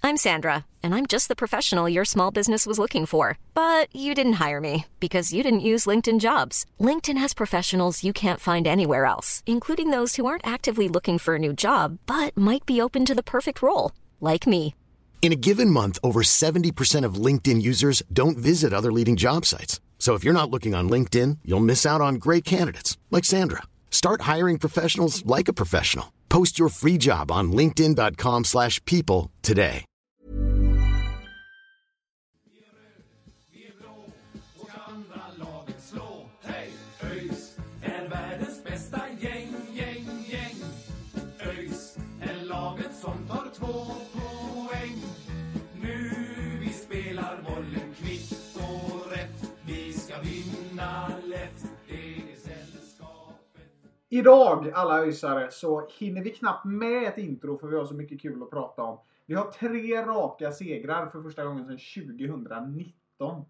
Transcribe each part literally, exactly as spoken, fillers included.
I'm Sandra, and I'm just the professional your small business was looking for. But you didn't hire me because you didn't use LinkedIn Jobs. LinkedIn has professionals you can't find anywhere else, including those who aren't actively looking for a new job, but might be open to the perfect role, like me. In a given month, over seventy percent of LinkedIn users don't visit other leading job sites. So if you're not looking on LinkedIn, you'll miss out on great candidates like Sandra. Start hiring professionals like a professional. Post your free job on linkedin dot com slash people today. Idag, alla öjsare, så hinner vi knappt med ett intro för vi har så mycket kul att prata om. Vi har tre raka segrar för första gången sedan tjugonitton.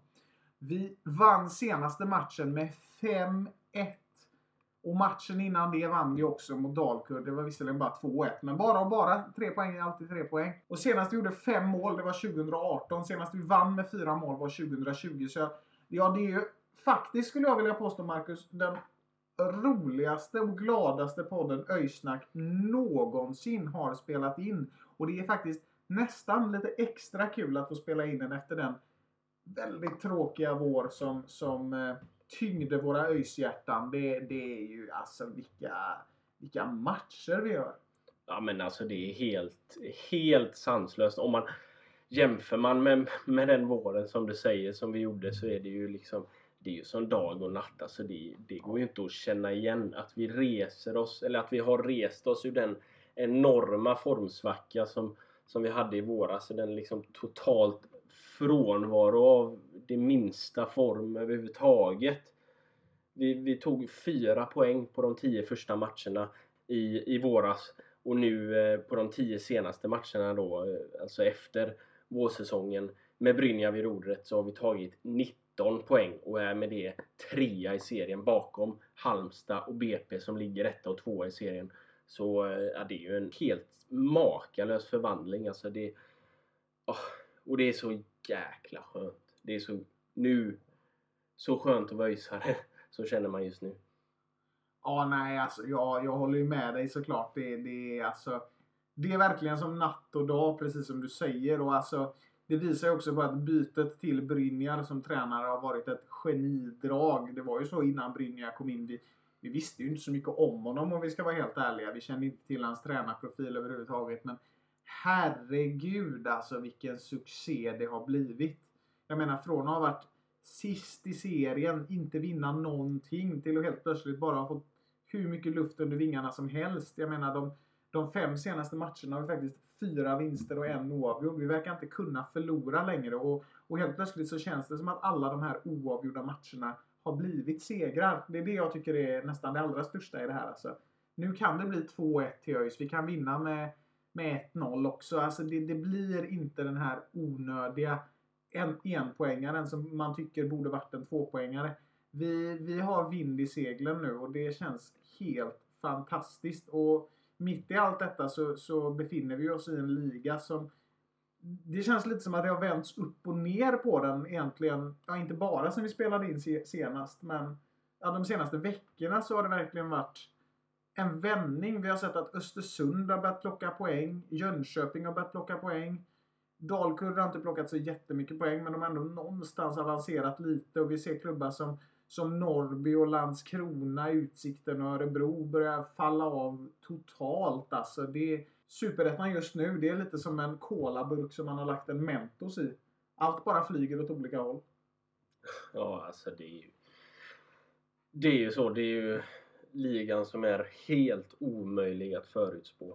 Vi vann senaste matchen med fem ett. Och matchen innan det vann vi också mot Dalkurd. Det var visserligen bara två ett. Men bara och bara tre poäng är alltid tre poäng. Och senast vi gjorde fem mål, det var tjugoarton. Senast vi vann med fyra mål var tjugotjugo. Så ja, det är ju faktiskt, skulle jag vilja påstå, Marcus, den roligaste och gladaste podden Öjsnack någonsin har spelat in. Och det är faktiskt nästan lite extra kul att få spela in den efter den väldigt tråkiga vår som, som eh, tyngde våra öjshjärtan. Det, det är ju alltså vilka, vilka matcher vi gör. Ja, men alltså det är helt, helt sanslöst. Om man jämför man med, med den våren som du säger som vi gjorde, så är det ju liksom, det är ju som dag och natt. Alltså det, det går ju inte att känna igen att vi reser oss, eller att vi har rest oss ur den enorma formsvacka som, som vi hade i våras. Så den liksom totalt frånvaro av det minsta form överhuvudtaget. Vi, vi tog fyra poäng på de tio första matcherna i, i våras. Och nu eh, på de tio senaste matcherna då, eh, alltså efter vårsäsongen med Brynja vid rodret, så har vi tagit nitton poäng och är med det trea i serien bakom Halmstad och B P som ligger etta och tvåa i serien. Så eh, ja, det är ju en helt makalös förvandling. Alltså det, oh, och det är så jäkla skönt. Det är så nu så skönt att vara öjsare. Så känner man just nu. Ja, nej, alltså jag, jag håller ju med dig såklart. Det, det, är, alltså, det är verkligen som natt och dag, precis som du säger. Och alltså, det visar ju också på att bytet till Brynjar som tränare har varit ett genidrag. Det var ju så innan Brynjar kom in. Vi, vi visste ju inte så mycket om honom, om vi ska vara helt ärliga. Vi kände inte till hans tränarprofil överhuvudtaget. Men herregud, alltså vilken succé det har blivit. Jag menar, från att ha varit sist i serien, inte vinna någonting, till att helt plötsligt bara ha fått hur mycket luft under vingarna som helst. Jag menar, de, de fem senaste matcherna har vi faktiskt fyra vinster och en oavgjord. Vi verkar inte kunna förlora längre. Och, och helt plötsligt så känns det som att alla de här oavgjorda matcherna har blivit segrar. Det är det jag tycker är nästan det allra största i det här. Alltså, nu kan det bli två ett till ÖIS. Vi kan vinna med, med ett noll också. Alltså, det, det blir inte den här onödiga en enpoängaren som man tycker borde varit en tvåpoängare. Vi, vi har vind i seglen nu och det känns helt fantastiskt. Och mitt i allt detta så, så befinner vi oss i en liga som, det känns lite som att det har vänts upp och ner på den egentligen. Ja, inte bara sen vi spelade in senast, men ja, de senaste veckorna så har det verkligen varit en vändning. Vi har sett att Östersund har börjat plocka poäng. Jönköping har börjat plocka poäng. Dalkurd har inte plockat så jättemycket poäng, men de har ändå någonstans avancerat lite. Och vi ser klubbar som, som Norrby och Landskrona, Utsikten och Örebro börjar falla av totalt. Alltså det är Superettan just nu. Det är lite som en kolaburk som man har lagt en Mentos i. Allt bara flyger åt olika håll. Ja, alltså det är ju det är ju så. Det är ju ligan som är helt omöjlig att förutspå.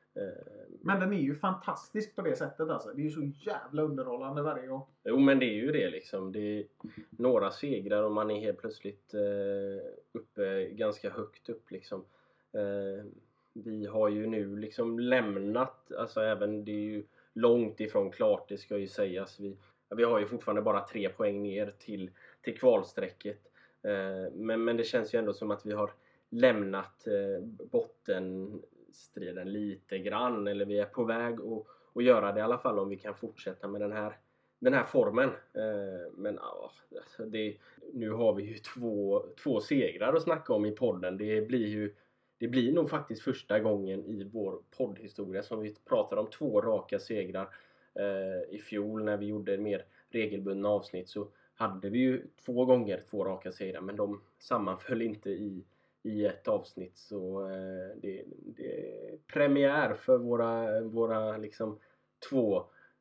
Men den är ju fantastisk på det sättet alltså. Det är ju så jävla underhållande varje gång. Jo, men det är ju det liksom. Det är några segrar och man är helt plötsligt eh, uppe ganska högt upp liksom. Eh, vi har ju nu liksom lämnat, alltså även det är ju långt ifrån klart, det ska ju sägas. Vi, vi har ju fortfarande bara tre poäng ner till, till kvalsträcket. Eh, men, men det känns ju ändå som att vi har lämnat eh, botten striden lite grann, eller vi är på väg att, att göra det i alla fall om vi kan fortsätta med den här, den här formen. Eh, men ja, det, nu har vi ju två, två segrar att snacka om i podden. Det blir ju det blir nog faktiskt första gången i vår poddhistoria som vi pratar om två raka segrar. Eh, I fjol när vi gjorde mer regelbundna avsnitt så hade vi ju två gånger två raka segrar, men de sammanföll inte i, i ett avsnitt. Så eh, det, det är premiär för våra, våra liksom två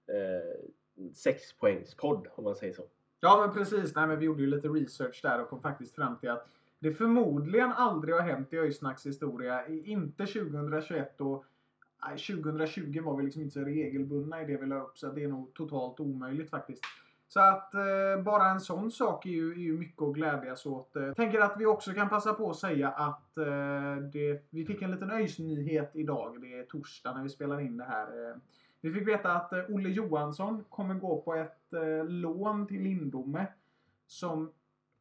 eh, sexpoängspodd, om man säger så. Ja, men precis. Nej, men vi gjorde ju lite research där och kom faktiskt fram till att det förmodligen aldrig har hänt i Öjsnacks historia. Inte tjugohundratjugoett och nej, tjugohundratjugo var vi liksom inte så regelbundna i det vi la upp, så det är nog totalt omöjligt faktiskt. Så att eh, bara en sån sak är ju, är ju mycket att glädjas åt. Jag tänker att vi också kan passa på att säga att eh, det, vi fick en liten Öjs-nyhet idag. Det är torsdag när vi spelar in det här. Vi fick veta att eh, Olle Johansson kommer gå på ett eh, lån till Lindome som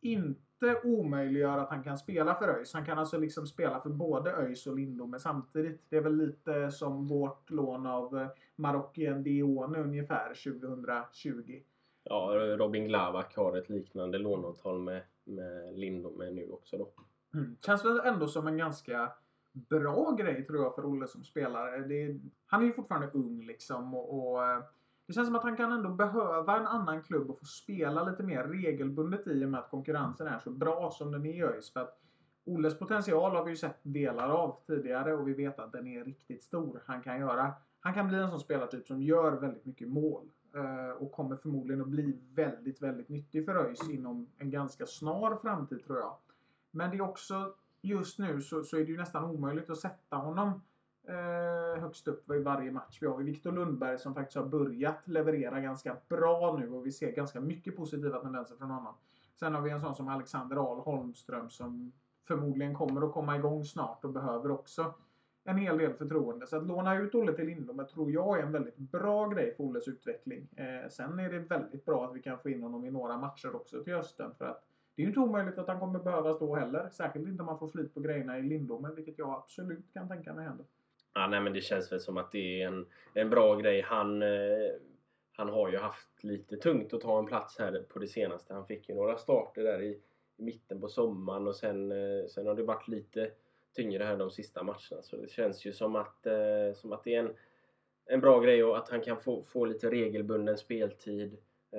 inte omöjliggör att han kan spela för Öjs. Han kan alltså liksom spela för både Öjs och Lindome samtidigt. Det är väl lite som vårt lån av eh, Marockien Dione ungefär tjugohundratjugo. Ja, Robin Glavak har ett liknande låneavtal med, med Lindome nu också då. Mm. Känns väl ändå som en ganska bra grej tror jag för Olle som spelare. Det är, han är ju fortfarande ung liksom och, och det känns som att han kan ändå behöva en annan klubb och få spela lite mer regelbundet i och med att konkurrensen är så bra som den är i Öjs. För att Olles potential har vi ju sett delar av tidigare och vi vet att den är riktigt stor. Han kan göra, han kan bli en sån spelartyp som gör väldigt mycket mål och kommer förmodligen att bli väldigt, väldigt nyttig för Öjs inom en ganska snar framtid tror jag. Men det är också just nu så, så är det ju nästan omöjligt att sätta honom eh, högst upp i varje match. Vi har Viktor Lundberg som faktiskt har börjat leverera ganska bra nu och vi ser ganska mycket positiva tendenser från honom. Sen har vi en sån som Alexander Ahl Holmström som förmodligen kommer att komma igång snart och behöver också en hel del förtroende. Så att låna ut Olle till Lindome tror jag är en väldigt bra grej för Olles utveckling. Eh, sen är det väldigt bra att vi kan få in honom i några matcher också till hösten. För att det är ju inte omöjligt att han kommer behövas då heller. Särskilt inte om man får flyt på grejerna i Lindome, vilket jag absolut kan tänka mig händer. Ja, nej, men det känns väl som att det är en, en bra grej. Han, eh, han har ju haft lite tungt att ta en plats här på det senaste. Han fick ju några starter där i, i mitten på sommaren och sen, eh, sen har det varit lite tyngre här de sista matcherna. Så det känns ju som att, eh, som att det är en, en bra grej och att han kan få, få lite regelbunden speltid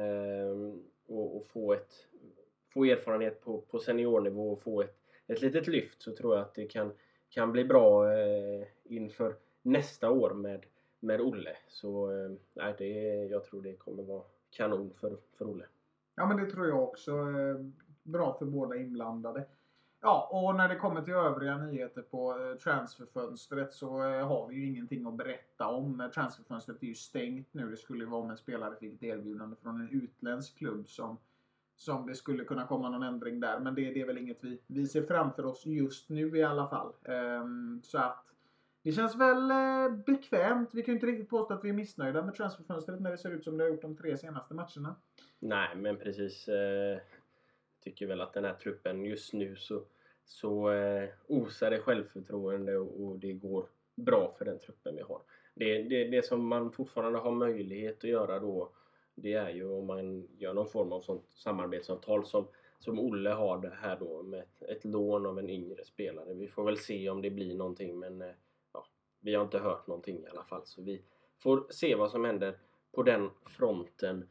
eh, och, och få, ett, få erfarenhet på, på seniornivå och få ett, ett litet lyft, så tror jag att det kan, kan bli bra eh, inför nästa år med, med Olle. Så eh, nej, det, jag tror det kommer vara kanon för, för Olle. Ja, men det tror jag också. Eh, bra för båda inblandade. Ja, och när det kommer till övriga nyheter på transferfönstret så har vi ju ingenting att berätta om. Transferfönstret är ju stängt nu. Det skulle ju vara om en spelare fick ett erbjudande från en utländsk klubb som, som det skulle kunna komma någon ändring där. Men det, det är väl inget vi, vi ser framför oss just nu i alla fall. Um, så att det känns väl eh, bekvämt. Vi kan ju inte riktigt påstå att vi är missnöjda med transferfönstret när det ser ut som det har gjort de tre senaste matcherna. Nej, men precis. Eh... tycker väl att den här truppen just nu så, så eh, osar det självförtroende och, och det går bra för den truppen vi har. Det, det, det som man fortfarande har möjlighet att göra då, det är ju om man gör någon form av sånt samarbetsavtal som, som Olle har det här då med ett, ett lån av en yngre spelare. Vi får väl se om det blir någonting, men eh, ja, vi har inte hört någonting i alla fall, så vi får se vad som händer på den fronten.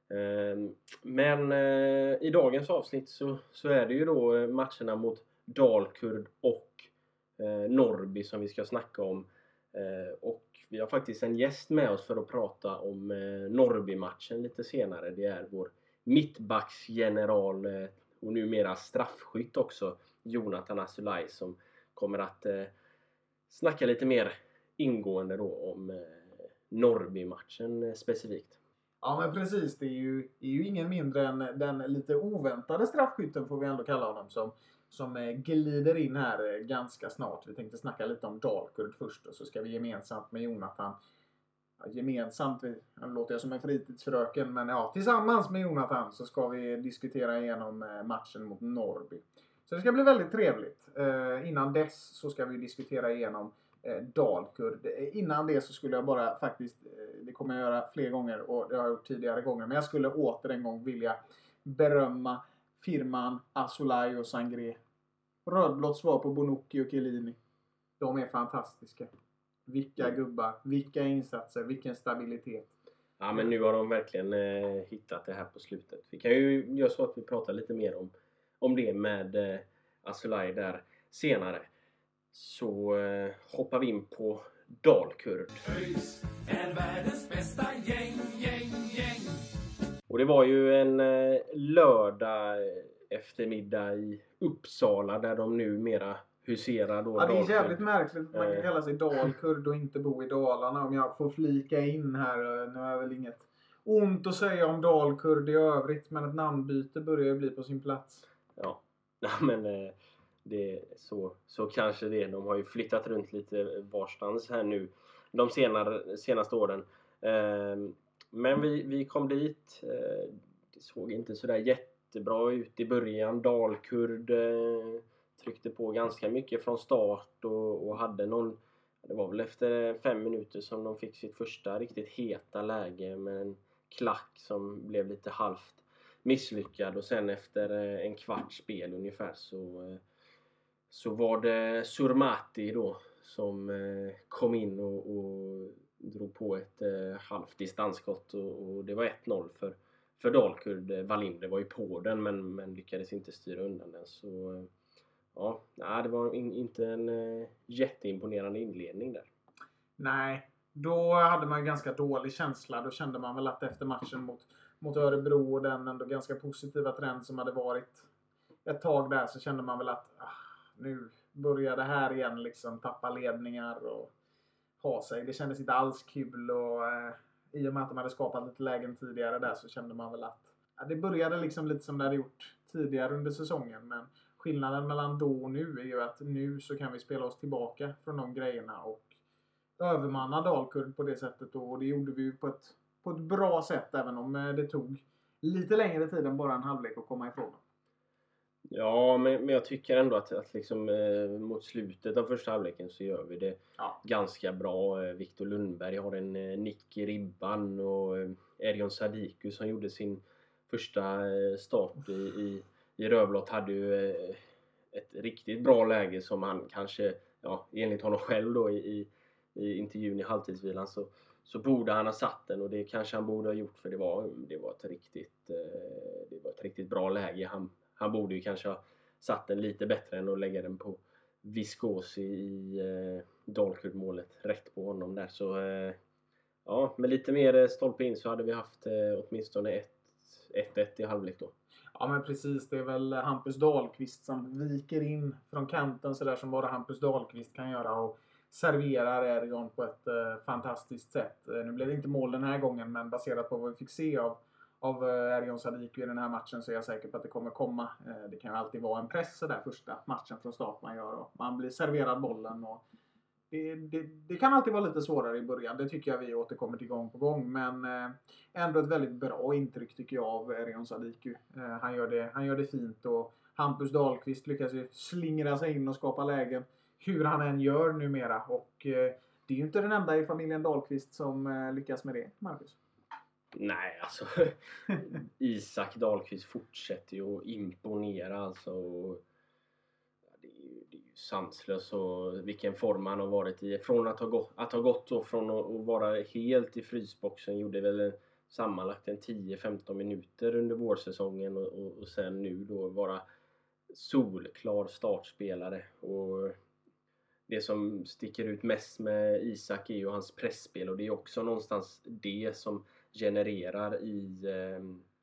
Men i dagens avsnitt så, så är det ju då matcherna mot Dalkurd och Norrby som vi ska snacka om. Och vi har faktiskt en gäst med oss för att prata om Norrby-matchen lite senare. Det är vår mittbacksgeneral och numera straffskytt också, Jonathan Asulaj, som kommer att snacka lite mer ingående då om Norrby-matchen specifikt. Ja, men precis. Det är ju, är ju ingen mindre än den lite oväntade straffskytten, får vi ändå kalla honom, som, som glider in här ganska snart. Vi tänkte snacka lite om Dalkurd först och så ska vi gemensamt med Jonathan, ja, gemensamt, det låter jag som en fritidsfröken, men ja, tillsammans med Jonathan så ska vi diskutera igenom matchen mot Norrby. Så det ska bli väldigt trevligt. Eh, innan dess så ska vi diskutera igenom eh, Dalkurd. Innan det så skulle jag bara faktiskt, eh, det kommer jag göra fler gånger och det har jag gjort tidigare gånger, men jag skulle åter en gång vilja berömma firman Asolaj och Sangré. Rödblått svar på Bonucci och Chiellini. De är fantastiska. Vilka gubbar, vilka insatser, vilken stabilitet. Ja, men nu har de verkligen eh, hittat det här på slutet. Vi kan ju göra så att vi pratar lite mer om, om det med eh, Asolaj där senare. Så eh, hoppar vi in på Dalkurd. ÖIS är världens bästa gäng, gäng, gäng. Och det var ju en eh, lördag eftermiddag i Uppsala där de numera huserar då. Ja, det är Dalkurd. jävligt märkligt att man kan Eh. kalla sig Dalkurd och inte bo i Dalarna. Om jag får flika in här. Nu har jag väl inget ont att säga om Dalkurd i övrigt. Men ett namnbyte börjar ju bli på sin plats. Ja, ja men eh, det är så, så kanske det. De har ju flyttat runt lite varstans här nu de senare, senaste åren. Eh, men vi, vi kom dit. Eh, det såg inte sådär jättebra ut i början. Dalkurd eh, tryckte på ganska mycket från start och, och hade någon, det var väl efter fem minuter som de fick sitt första riktigt heta läge med en klack som blev lite halvt misslyckad, och sen efter en kvart spel ungefär så, så var det Surmati då som kom in och, och drog på ett halvt distansskott och, och det var ett noll för, för Dalkurd. Wallinder var ju på den men, men lyckades inte styra undan den, så ja, nej, det var in, inte en uh, jätteimponerande inledning där. Nej, då hade man ju ganska dålig känsla. Då kände man väl att efter matchen mot, mot Örebro och den ändå ganska positiva trend som hade varit ett tag där, så kände man väl att ah, nu börjar det här igen liksom tappa ledningar och ha sig. Det kändes inte alls kul, och eh, i och med att de hade skapat lite lägen tidigare där så kände man väl att ja, det började liksom lite som det hade gjort tidigare under säsongen, men skillnaden mellan då och nu är ju att nu så kan vi spela oss tillbaka från de grejerna och övermanna Dalkurd på det sättet, och det gjorde vi ju på ett, på ett bra sätt, även om det tog lite längre tid än bara en halvlek att komma ifrån. Ja, men, men jag tycker ändå att, att liksom, eh, mot slutet av första halvleken så gör vi det ja. ganska bra. Eh, Viktor Lundberg har en eh, nick i ribban, och eh, Erjon Sadiku som gjorde sin första eh, start i, i, i Rödblått hade ju eh, ett riktigt bra läge som han kanske, ja, enligt honom själv då i, i, i intervjun i halvtidsvilan så, så borde han ha satt den, och det kanske han borde ha gjort, för det var, det var, ett, riktigt, eh, det var ett riktigt bra läge. Han Han borde ju kanske ha satt den lite bättre än att lägga den på Viscosi i eh, Dalkurd-målet rätt på honom där. Så eh, ja, med lite mer stolpe in så hade vi haft eh, åtminstone ett ett i halvlek då. Ja, men precis. Det är väl Hampus Dahlqvist som viker in från kanten så där som bara Hampus Dahlqvist kan göra och serverar Erjon på ett eh, fantastiskt sätt. Eh, nu blev det inte mål den här gången, men baserat på vad vi fick se av av Erjon Sadiku i den här matchen så är jag säker på att det kommer komma. Det kan ju alltid vara en press där första matchen från start man gör, och man blir serverad bollen, och det, det, det kan alltid vara lite svårare i början. Det tycker jag vi återkommer till gång på gång, men ändå ett väldigt bra intryck tycker jag av Erjon Sadiku. Han gör det, han gör det fint, och Hampus Dahlqvist lyckas ju slingra sig in och skapa lägen hur han än gör numera, och det är ju inte den enda i familjen Dahlqvist som lyckas med det, Marcus. Nej, alltså Isak Dahlqvist fortsätter ju att imponera alltså, och, ja, det, är ju, det är ju sanslöst, och vilken form han har varit i. Från att ha gått, att ha gått då från att, att vara helt i frysboxen, gjorde väl en, sammanlagt en tio femton minuter under vårsäsongen, och, och, och sen nu då vara solklar startspelare. Och det som sticker ut mest med Isak är ju hans pressspel, och det är också någonstans det som genererar i, eh,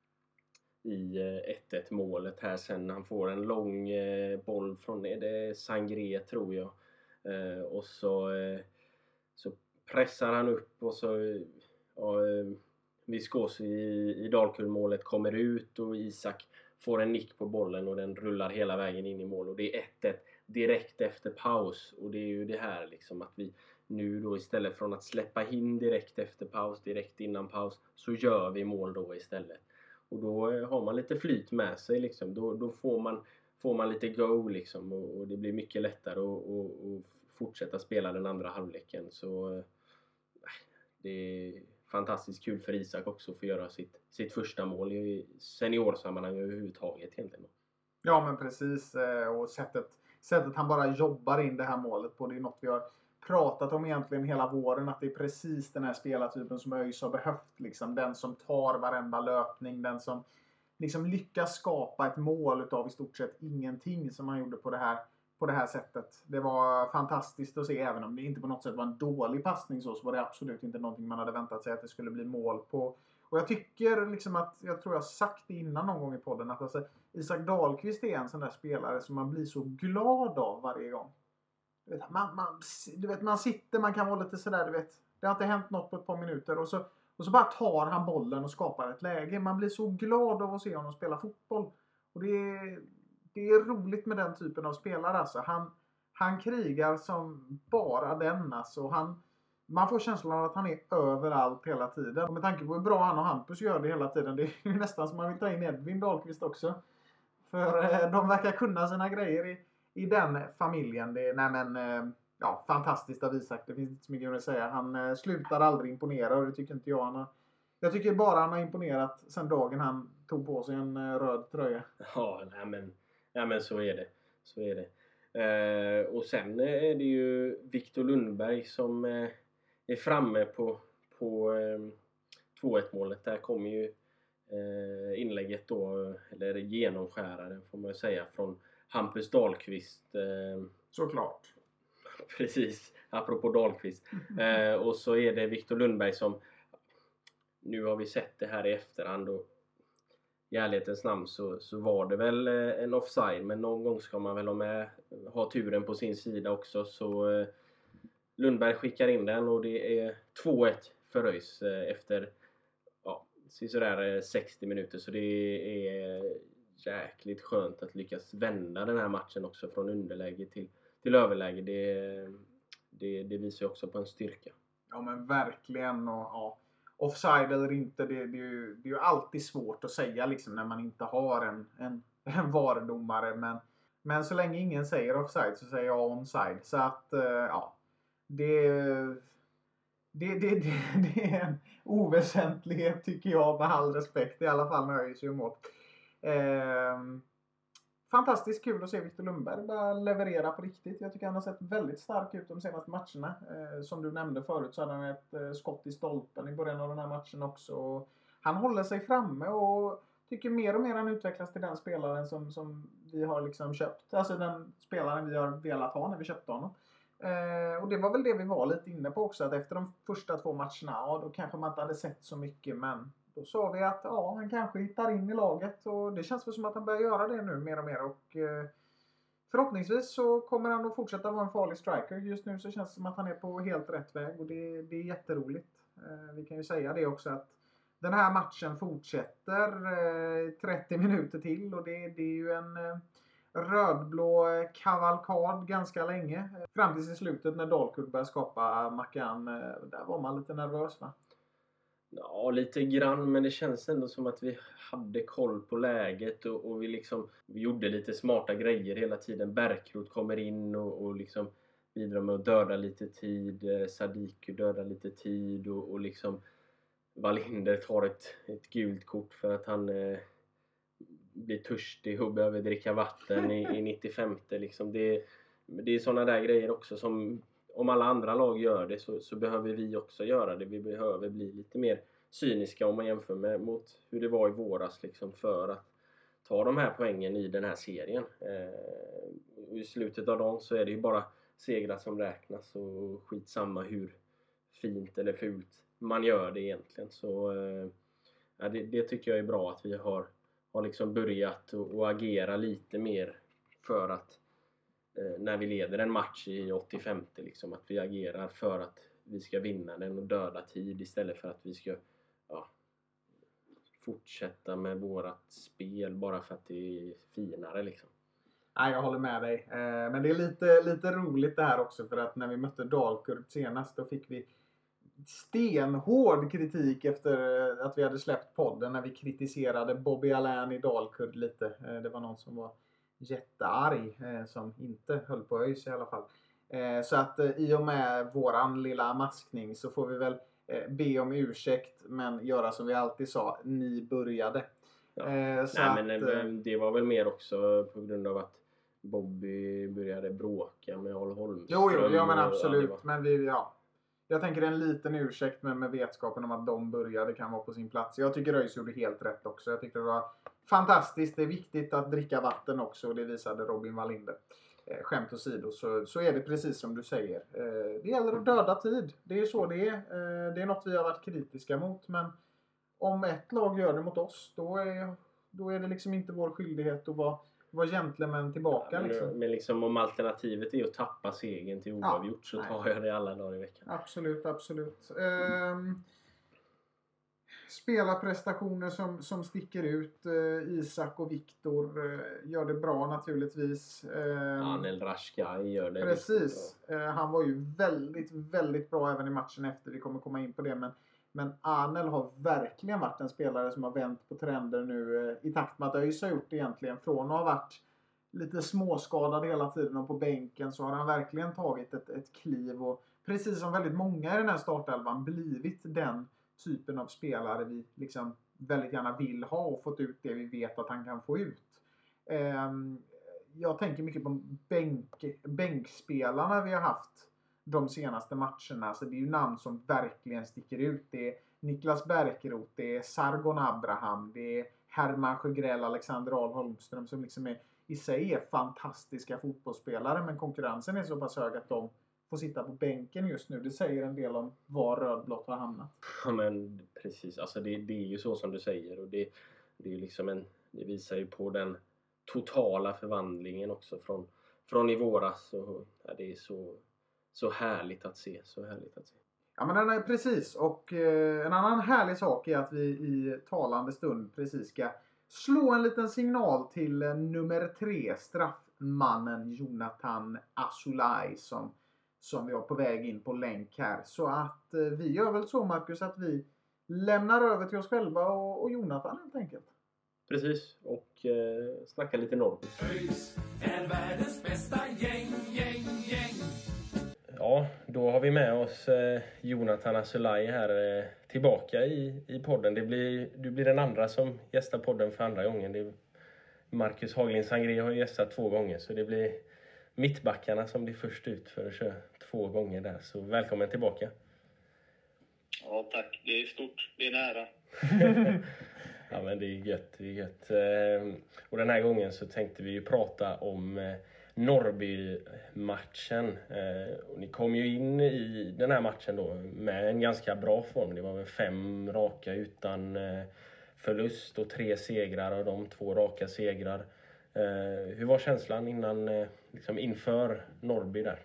i ett ett målet här sen. Han får en lång eh, boll från är det Sangré tror jag. Eh, och så, eh, så pressar han upp, och så ja, eh, Viscosi i, i Dalkurd-målet kommer ut, och Isak får en nick på bollen och den rullar hela vägen in i mål, och det är ett ett direkt efter paus. Och det är ju det här liksom, att vi nu då istället från att släppa in direkt efter paus, direkt innan paus, så gör vi mål då istället. Och då har man lite flyt med sig liksom. Då, då får, man, får man lite go liksom, och, och det blir mycket lättare att, att, att fortsätta spela den andra halvleken. Så eh, det är fantastiskt kul för Isak också att få göra sitt, sitt första mål i seniorsammanhang överhuvudtaget egentligen. Ja, men precis. Och sättet, sättet han bara jobbar in det här målet på, det är något vi har pratat om egentligen hela våren, att det är precis den här spelartypen som ÖIS har behövt. Liksom. Den som tar varenda löpning, den som liksom lyckas skapa ett mål utav i stort sett ingenting, som han gjorde på det här, på det här sättet. Det var fantastiskt att se, även om det inte på något sätt var en dålig passning så, så var det absolut inte någonting man hade väntat sig att det skulle bli mål på. Och jag tycker liksom att, jag tror jag sagt det innan någon gång i podden, att alltså, Isak Dahlqvist är en sån där spelare som man blir så glad av varje gång. Du vet, man, man, du vet, man sitter, man kan vara lite sådär, du vet, det har inte hänt något på ett par minuter och så, och så bara tar han bollen och skapar ett läge. Man blir så glad av att se honom spela fotboll. Och det är, det är roligt med den typen av spelare. Alltså. Han, han krigar som bara den. Alltså. Han, man får känslan av att han är överallt hela tiden. Och med tanke på hur bra han och Hampus gör det hela tiden, det är nästan som man vill ta in Edvin Dahlqvist också. För eh, de verkar kunna sina grejer i, i den familjen. Det är, nej men, eh, ja, fantastiskt av Isak. Det finns inte så mycket att säga. Han eh, slutar aldrig imponera, och det tycker inte jag. Han har, jag tycker bara han har imponerat sen dagen han tog på sig en eh, röd tröja. Ja, nej men, nej men så är det. Så är det. Eh, och sen är det ju Victor Lundberg som eh, är framme på, på eh, två ett målet. Där kommer ju eh, inlägget då, eller genomskäraren får man ju säga, från Hampus Dahlqvist. Eh, Såklart. Precis, apropå Dahlqvist. Eh, och så är det Victor Lundberg som, nu har vi sett det här i efterhand, och i ärlighetens namn så, så var det väl eh, en offside, men någon gång ska man väl ha, med, ha turen på sin sida också. Så eh, Lundberg skickar in den, och det är två ett för ÖIS eh, efter ja, sådär eh, sextio minuter. Så det är jäkligt skönt att lyckas vända den här matchen också från underläge till till överläge. Det, det, det visar ju också på en styrka. Ja, men verkligen. Och, ja, offside eller inte, det, det, är ju, det är ju alltid svårt att säga liksom, när man inte har en, en, en varedomare. Men, men så länge ingen säger offside så säger jag onside. Så att, ja, det, det, det, det, det är en oväsentlighet tycker jag, med all respekt. I alla fall när jag är så emot. Ehm, Fantastiskt kul att se Victor Lundberg bara leverera på riktigt. Jag tycker han har sett väldigt stark ut de senaste matcherna. Eh, som du nämnde förut så hade han ett eh, skott i stolpen i början av den här matchen också. Och han håller sig framme och tycker mer och mer han utvecklas till den spelaren som, som vi har liksom köpt. Alltså den spelaren vi har velat ha när vi köpte honom. Eh, och det var väl det vi var lite inne på också. Att efter de första två matcherna, ja då kanske man inte hade sett så mycket, men då sa vi att ja, han kanske hittar in i laget, och det känns väl som att han börjar göra det nu mer och mer, och eh, förhoppningsvis så kommer han att fortsätta vara en farlig striker. Just nu så känns det som att han är på helt rätt väg, och det, det är jätteroligt. Eh, vi kan ju säga det också att den här matchen fortsätter eh, trettio minuter till, och det, det är ju en eh, rödblå kavalkad ganska länge. Fram till slutet när Dalkurd börjar skapa mackan, eh, där var man lite nervös, va? Ja, lite grann, men det känns ändå som att vi hade koll på läget, och, och vi liksom vi gjorde lite smarta grejer hela tiden. Bärkrot kommer in och, och liksom bidrar med att döda lite tid. Sadiku dödar lite tid, och, och liksom Wallinder tar ett, ett gult kort för att han eh, blir törstig och behöver dricka vatten i, i nittiofemte liksom. Det, det är sådana där grejer också som, om alla andra lag gör det, så, så behöver vi också göra det. Vi behöver bli lite mer cyniska om man jämför med mot hur det var i våras liksom, för att ta de här poängen i den här serien. Eh, I slutet av dagen så är det ju bara segrar som räknas, och skitsamma hur fint eller fult man gör det egentligen. Så eh, ja, det, det tycker jag är bra att vi har, har liksom börjat och, och agera lite mer för att när vi leder en match i åttiofemte liksom, att vi agerar för att vi ska vinna den och döda tid istället för att vi ska ja, fortsätta med vårat spel bara för att det är finare liksom. Nej, jag håller med dig. Men det är lite, lite roligt det här också, för att när vi mötte Dalkurd senast då fick vi stenhård kritik efter att vi hade släppt podden när vi kritiserade Bobby Allain i Dalkurd lite. Det var någon som var jättearg, eh, som inte höll på ÖIS i alla fall. Eh, så att eh, i och med våran lilla maskning så får vi väl eh, be om ursäkt, men göra som vi alltid sa, ni började. Ja. Eh, så Nej, att, men eh, det var väl mer också på grund av att Bobby började bråka med Al Holmström. Jo, jo, ja men och- absolut. Ja, det var- Men vi, ja. Jag tänker en liten ursäkt, men med vetskapen om att de började kan vara på sin plats. Jag tycker Röis gjorde helt rätt också. Jag tycker det var fantastiskt. Det är viktigt att dricka vatten också, och det visade Robin Wallinder. Eh, skämt åsido, så, så är det precis som du säger. Eh, det gäller att döda tid. Det är så det är. Eh, det är något vi har varit kritiska mot, men om ett lag gör det mot oss, då är, då är det liksom inte vår skyldighet att vara, vara gentleman tillbaka. Ja, men, liksom. men liksom om alternativet är att tappa segern till oavgjort, Ja, så nej. tar jag det alla dagar i veckan. Absolut, absolut. Ehm, spelarprestationer som, som sticker ut. Eh, Isak och Viktor eh, gör det bra naturligtvis. Ehm, Anel Rashkai gör det. precis. Eh, han var ju väldigt, väldigt bra även i matchen efter. Vi kommer komma in på det. Men, men Anel har verkligen varit en spelare som har vänt på trender nu eh, i takt med att ÖIS har gjort det egentligen. Från att ha varit lite småskadad hela tiden och på bänken, så har han verkligen tagit ett, ett kliv, och precis som väldigt många i den här startelvan blivit den typen av spelare vi liksom väldigt gärna vill ha och fått ut det vi vet att han kan få ut. Um, jag tänker mycket på bänk, bänkspelarna vi har haft de senaste matcherna. Så det är ju namn som verkligen sticker ut. Det är Niklas Bärkeroth, det är Sargon Abraham, det är Herman Sjögrell, Alexander Ahl Holmström, som liksom är i sig är fantastiska fotbollsspelare, men konkurrensen är så pass hög att de får sitta på bänken just nu. Det säger en del om var rödblått har hamnat. Ja, men precis. Alltså det, det är ju så som du säger, och det, det är ju liksom en, det visar ju på den totala förvandlingen också från, från i våras. Och, ja, det är så, så härligt att se, så härligt att se. Ja, men den är precis. Och eh, en annan härlig sak är att vi i talande stund precis ska slå en liten signal till eh, nummer tre, straffmannen Jonathan Asulaj, som, som vi har på väg in på länk här. Så att eh, vi gör väl så, Marcus, att vi lämnar över till oss själva och, och Jonathan helt enkelt. Precis, och eh, snacka lite Norrby. ÖIS är världens bästa gäng, gäng, gäng. Ja, då har vi med oss eh, Jonathan Asulaj här eh, tillbaka i, i podden. Det blir, du blir den andra som gästar podden för andra gången. Det är Marcus Haglind Sangré har gästat två gånger, så det blir mittbackarna som blir först ut för att köra två gånger där. Så välkommen tillbaka. Ja, tack. Det är stort. Det är nära. Ja, men det är gött, det är gött. Eh, och den här gången så tänkte vi ju prata om eh, Norrby-matchen. Eh, och ni kom ju in i den här matchen då med en ganska bra form. Det var väl fem raka utan eh, förlust och tre segrar av de två raka segrar. Eh, hur var känslan innan, eh, liksom inför Norrby där?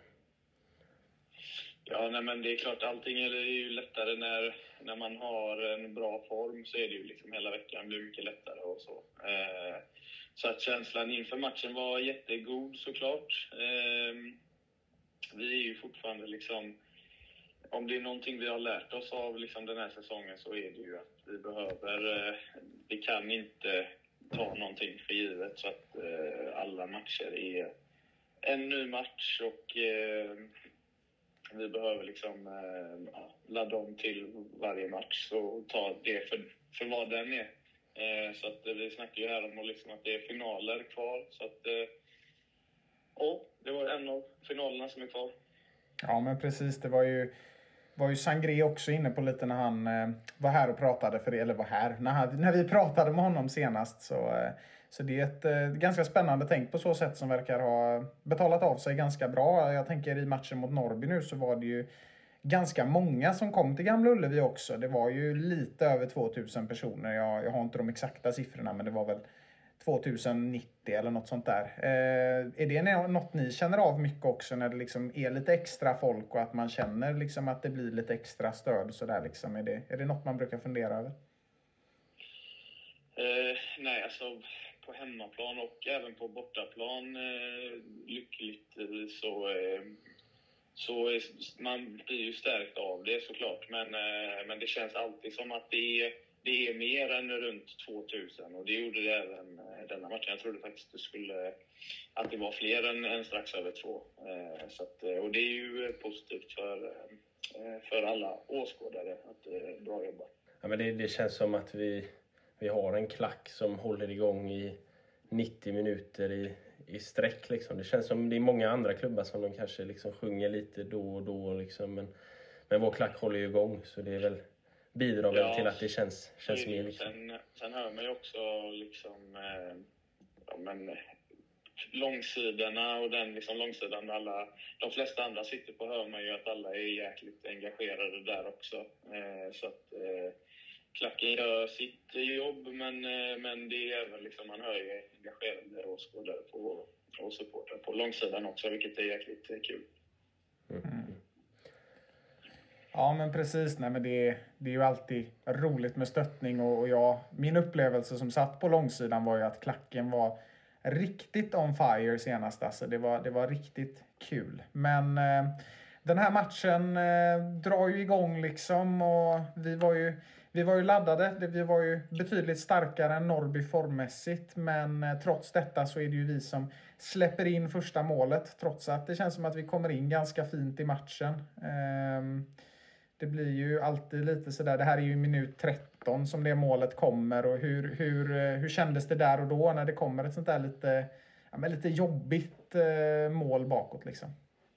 Ja, nej, men det är klart, allting är ju lättare när, när man har en bra form, så är det ju liksom hela veckan blir mycket lättare och så. Eh, så att känslan inför matchen var jättegod såklart. Eh, vi är ju fortfarande liksom, om det är någonting vi har lärt oss av liksom den här säsongen, så är det ju att vi behöver, eh, vi kan inte ta någonting för givet, så att eh, alla matcher är en ny match, och eh, vi behöver liksom eh, ladda om till varje match och ta det för, för vad den är. Eh, så att eh, vi snackar ju här om liksom att det är finaler kvar. Så att, eh, ja, det var en av finalerna som är kvar. Ja, men precis. Det var ju, var ju Sangré också inne på lite när han eh, var här och pratade för det, eller var här, när, han, när vi pratade med honom senast. Så, eh, så det är ett eh, ganska spännande tänk på så sätt som verkar ha betalat av sig ganska bra. Jag tänker i matchen mot Norrby nu så var det ju ganska många som kom till Gamla Ullevi också. Det var ju lite över tvåtusen personer. Jag, jag har inte de exakta siffrorna, men det var väl tvåtusennittio eller något sånt där. Eh, är det något ni känner av mycket också när det liksom är lite extra folk och att man känner liksom att det blir lite extra stöd så där liksom? Är det, är det något man brukar fundera över? Eh, nej, alltså på hemmaplan och även på bortaplan eh, lyckligtvis så, eh, så är, man blir ju stärkt av det såklart. Men, eh, men det känns alltid som att det är, det är mer än runt tvåtusen, och det gjorde det även denna matchen. Jag trodde faktiskt det skulle, att det var fler än, än strax över två. Så att, och det är ju positivt för, för alla åskådare att bra jobbat. Ja, men det, det känns som att vi, vi har en klack som håller igång i nittio minuter i, i sträck. Liksom. Det känns som det är många andra klubbar som de kanske liksom sjunger lite då och då. Liksom. Men, men vår klack håller ju igång, så det är väl, bidrar väl ja, till att det känns, känns mer. Liksom. Sen, sen hör man ju också liksom, eh, ja, men, långsidorna och den liksom, långsidan alla, de flesta andra sitter på, hör man ju att alla är jäkligt engagerade där också. Eh, så att eh, klacken gör sitt jobb, men, eh, men det är även liksom, man hör ju engagerade åskådare på, och supportrar på långsidan också, vilket är jäkligt kul. Mm. Ja, men precis. Nej, men det, det är ju alltid roligt med stöttning, och, och jag, min upplevelse som satt på långsidan var ju att klacken var riktigt on fire senast. Alltså, det, var, det var riktigt kul. Men eh, den här matchen eh, drar ju igång liksom, och vi var ju, vi var ju laddade. Vi var ju betydligt starkare än Norrby formmässigt, men eh, trots detta så är det ju vi som släpper in första målet, trots att det känns som att vi kommer in ganska fint i matchen. Eh, Det blir ju alltid lite sådär, det här är ju minut tretton som det målet kommer, och hur, hur, hur kändes det där och då när det kommer ett sånt där lite, ja, men lite jobbigt eh, mål bakåt liksom?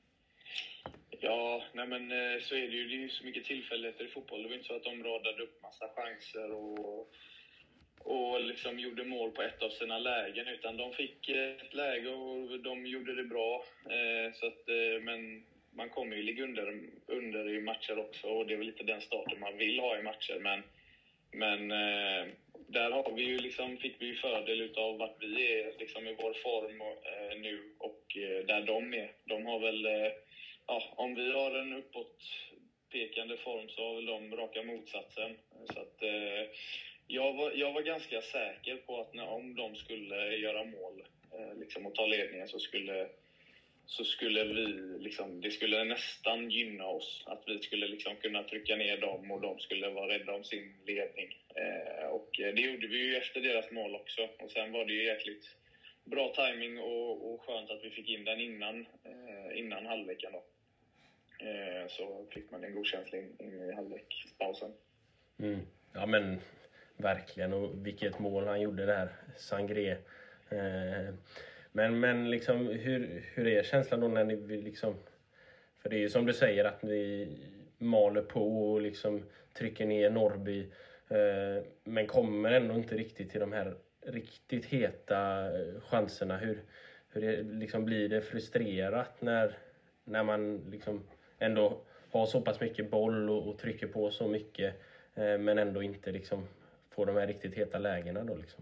Ja, nej men så är det ju, det är ju så mycket tillfälligheter i fotboll. Det var inte så att de radade upp massa chanser och, och liksom gjorde mål på ett av sina lägen, utan de fick ett läge och de gjorde det bra. Eh, så att, eh, men man kommer ju ligga under, under i matcher också, och det är väl lite den starten man vill ha i matcher. Men, men eh, där har vi ju liksom, fick vi ju fördel utav vart vi är liksom i vår form och, eh, nu, och eh, där de är. De har väl, eh, ja, om vi har en uppåtpekande form så har väl de raka motsatsen. Så att eh, jag, var, jag var ganska säker på att när, om de skulle göra mål eh, liksom, och ta ledningen, så skulle så skulle vi liksom, det skulle nästan gynna oss, att vi skulle liksom kunna trycka ner dem och de skulle vara rädda om sin ledning. Eh, och det gjorde vi ju efter deras mål också, och sen var det ju jäkligt bra timing och, och skönt att vi fick in den innan, eh, innan halvleken då. Eh, så fick man en god känsla in, in i halvlekspausen. Mm. Ja, men verkligen, och vilket mål han gjorde där, Sangré. Eh, Men, men liksom, hur, hur är känslan då när ni liksom, för det är ju som du säger att ni maler på och liksom trycker ner Norrby, eh, men kommer ändå inte riktigt till de här riktigt heta chanserna. Hur, hur är, liksom, blir det frustrerat när, när man liksom ändå har så pass mycket boll och, och trycker på så mycket, eh, men ändå inte liksom får de här riktigt heta lägena då liksom?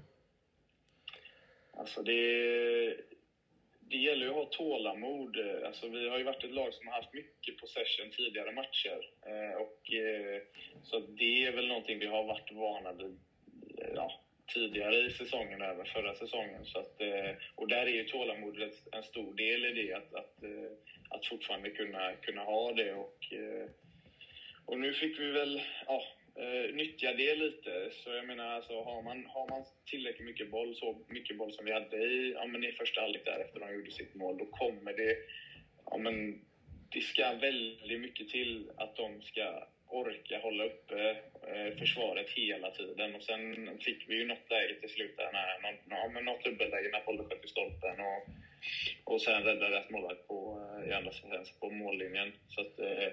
Alltså det, det gäller ju att ha tålamod. Alltså vi har ju varit ett lag som har haft mycket possession tidigare matcher. Eh, och, eh, så det är väl någonting vi har varit vana vid ja, tidigare i säsongen, även förra säsongen. Så att, eh, och där är ju tålamod en stor del i det, att, att, eh, att fortfarande kunna, kunna ha det. Och, eh, och nu fick vi väl... Ja, Uh, nyttja det lite. Så jag menar, alltså, har, man, har man tillräckligt mycket boll, så mycket boll som vi hade i, ja, men i första halvlek där efter de gjorde sitt mål, då kommer det, ja, men det ska väldigt mycket till att de ska orka hålla uppe uh, försvaret hela tiden. Och sen fick vi ju något läge till slut där, när, någon, ja, men något dubbelläge när bollen sköt i stolpen, och, och sen räddade rätt målvakt på, uh, i andra sidan på mållinjen. Så att uh,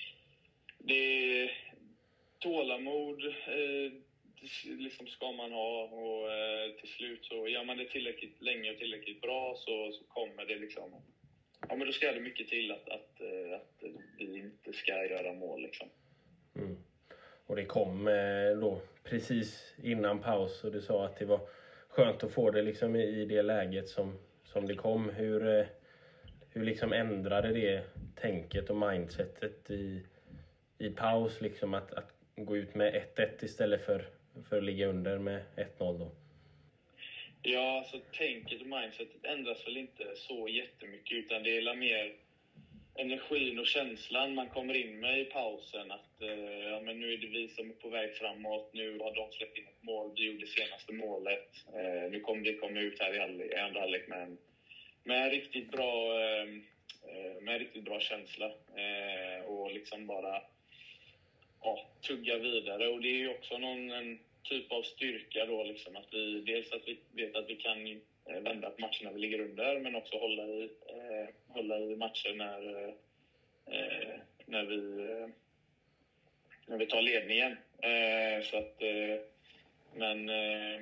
det tålamod eh, liksom ska man ha, och eh, till slut så gör man det tillräckligt länge och tillräckligt bra, så, så kommer det liksom, ja, men då ska det mycket till att, att, att vi inte ska göra mål liksom. Mm. Och det kom eh, då precis innan paus, och du sa att det var skönt att få det liksom i, i det läget som, som det kom. Hur, eh, hur liksom ändrade det tänket och mindsetet i, i paus liksom, att, att gå ut med ett ett istället för, för att ligga under med ett noll då? Ja, alltså tänket och mindsetet ändras väl inte så jättemycket, utan det är mer energin och känslan man kommer in med i pausen. Att eh, ja, men nu är det vi som är på väg framåt. Nu har de släppt in ett mål. Vi gjorde senaste målet. Eh, nu kommer vi komma ut här i, all, i andra halvlek med en, med en riktigt bra eh, med en riktigt bra känsla. Eh, och liksom bara ja, tugga vidare. Och det är ju också någon en typ av styrka då liksom. Att vi, dels att vi vet att vi kan vända på matcher när vi ligger under, men också hålla i, eh, hålla i matcher när, eh, när, vi, eh, när vi tar ledningen. Eh, så att, eh, men eh,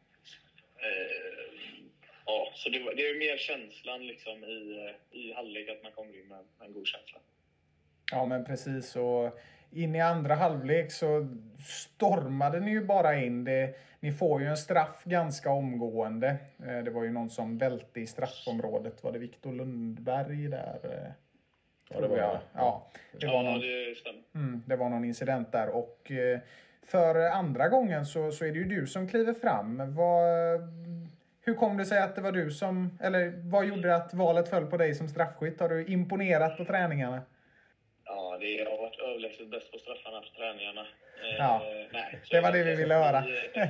eh, ja, så det, det är mer känslan liksom i, i halvlek, att man kommer in med, med en god känsla. Ja, men precis. Och in i andra halvlek så stormade ni ju bara in. Det, ni får ju en straff ganska omgående. Det var ju någon som välte i straffområdet. Var det Viktor Lundberg där? Ja, det var jag. Ja, det var, någon, det stämmer. Mm, det var någon incident där. Och för andra gången så, så är det ju du som kliver fram. Vad, hur kom det sig att det var du som... Eller vad gjorde att valet föll på dig som straffskytt? Har du imponerat på träningarna? Ja, det har varit överlägset bäst på straffarna på träningarna. Ja, eh, nej, det var det vi ville höra. Vi,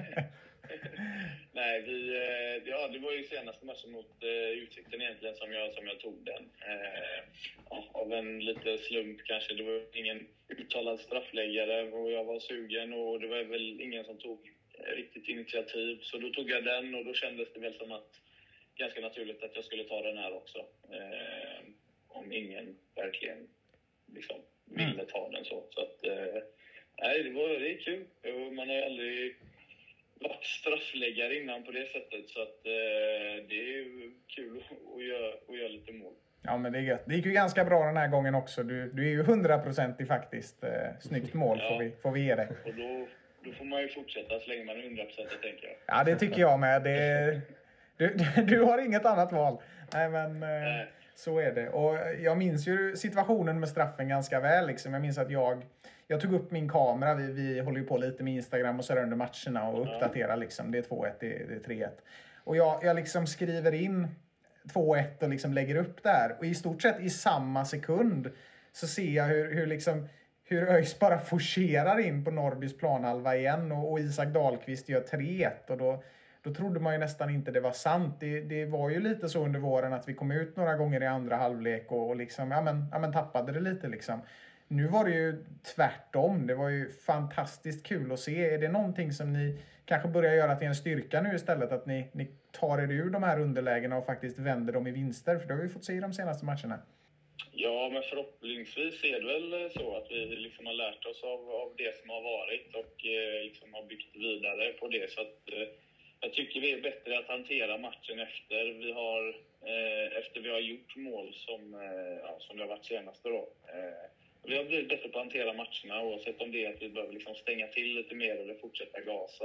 nej, vi, ja, det var ju senaste matchen mot uh, Utsikten egentligen som jag, som jag tog den. Eh, ja, av en lite slump kanske. Det var ingen uttalad straffläggare och jag var sugen, och det var väl ingen som tog riktigt initiativ. Så då tog jag den, och då kändes det väl som att ganska naturligt att jag skulle ta den här också. Eh, om ingen verkligen liksom ville ta den så. Så att, eh, nej, det var det är kul. Man har ju aldrig varit straffläggare innan på det sättet, så att eh, det är ju kul att göra, att göra lite mål. Ja, men det är gött. Det gick ju ganska bra den här gången också. Du, du är ju hundraprocentig faktiskt. Eh, snyggt mål ja. får, vi, får vi ge dig. Och då, då får man ju fortsätta så länge man är hundraprocentig, tänker jag. Ja, det tycker jag med. Det, du, du har inget annat val. Nej, men... Eh, Så är det. Och jag minns ju situationen med straffen ganska väl. Liksom. Jag minns att jag, jag tog upp min kamera. Vi, vi håller ju på lite med Instagram och så under matcherna och uppdaterar. Liksom. Det är två ett, det är, det är tre ett. Och jag, jag liksom skriver in två ett och liksom lägger upp där. Och i stort sett i samma sekund så ser jag hur, hur, liksom, hur ÖIS bara forcerar in på Norrbys planhalva igen. Och, och Isak Dahlqvist gör tre ett. Och då... Då trodde man ju nästan inte det var sant. Det, det var ju lite så under våren att vi kom ut några gånger i andra halvlek och, och liksom, ja men, ja men tappade det lite liksom. Nu var det ju tvärtom. Det var ju fantastiskt kul att se. Är det någonting som ni kanske börjar göra till en styrka nu istället? Att ni, ni tar er ur de här underlägena och faktiskt vänder dem i vinster? För det har vi fått se i de senaste matcherna. Ja, men förhoppningsvis är det väl så att vi liksom har lärt oss av, av det som har varit och eh, liksom har byggt vidare på det. Så att... Eh, Jag tycker vi är bättre att hantera matchen efter vi har, eh, efter vi har gjort mål som, eh, ja, som det har varit senaste då. Eh, vi har blivit bättre på att hantera matcherna, oavsett om det är att vi behöver liksom stänga till lite mer eller fortsätta gasa.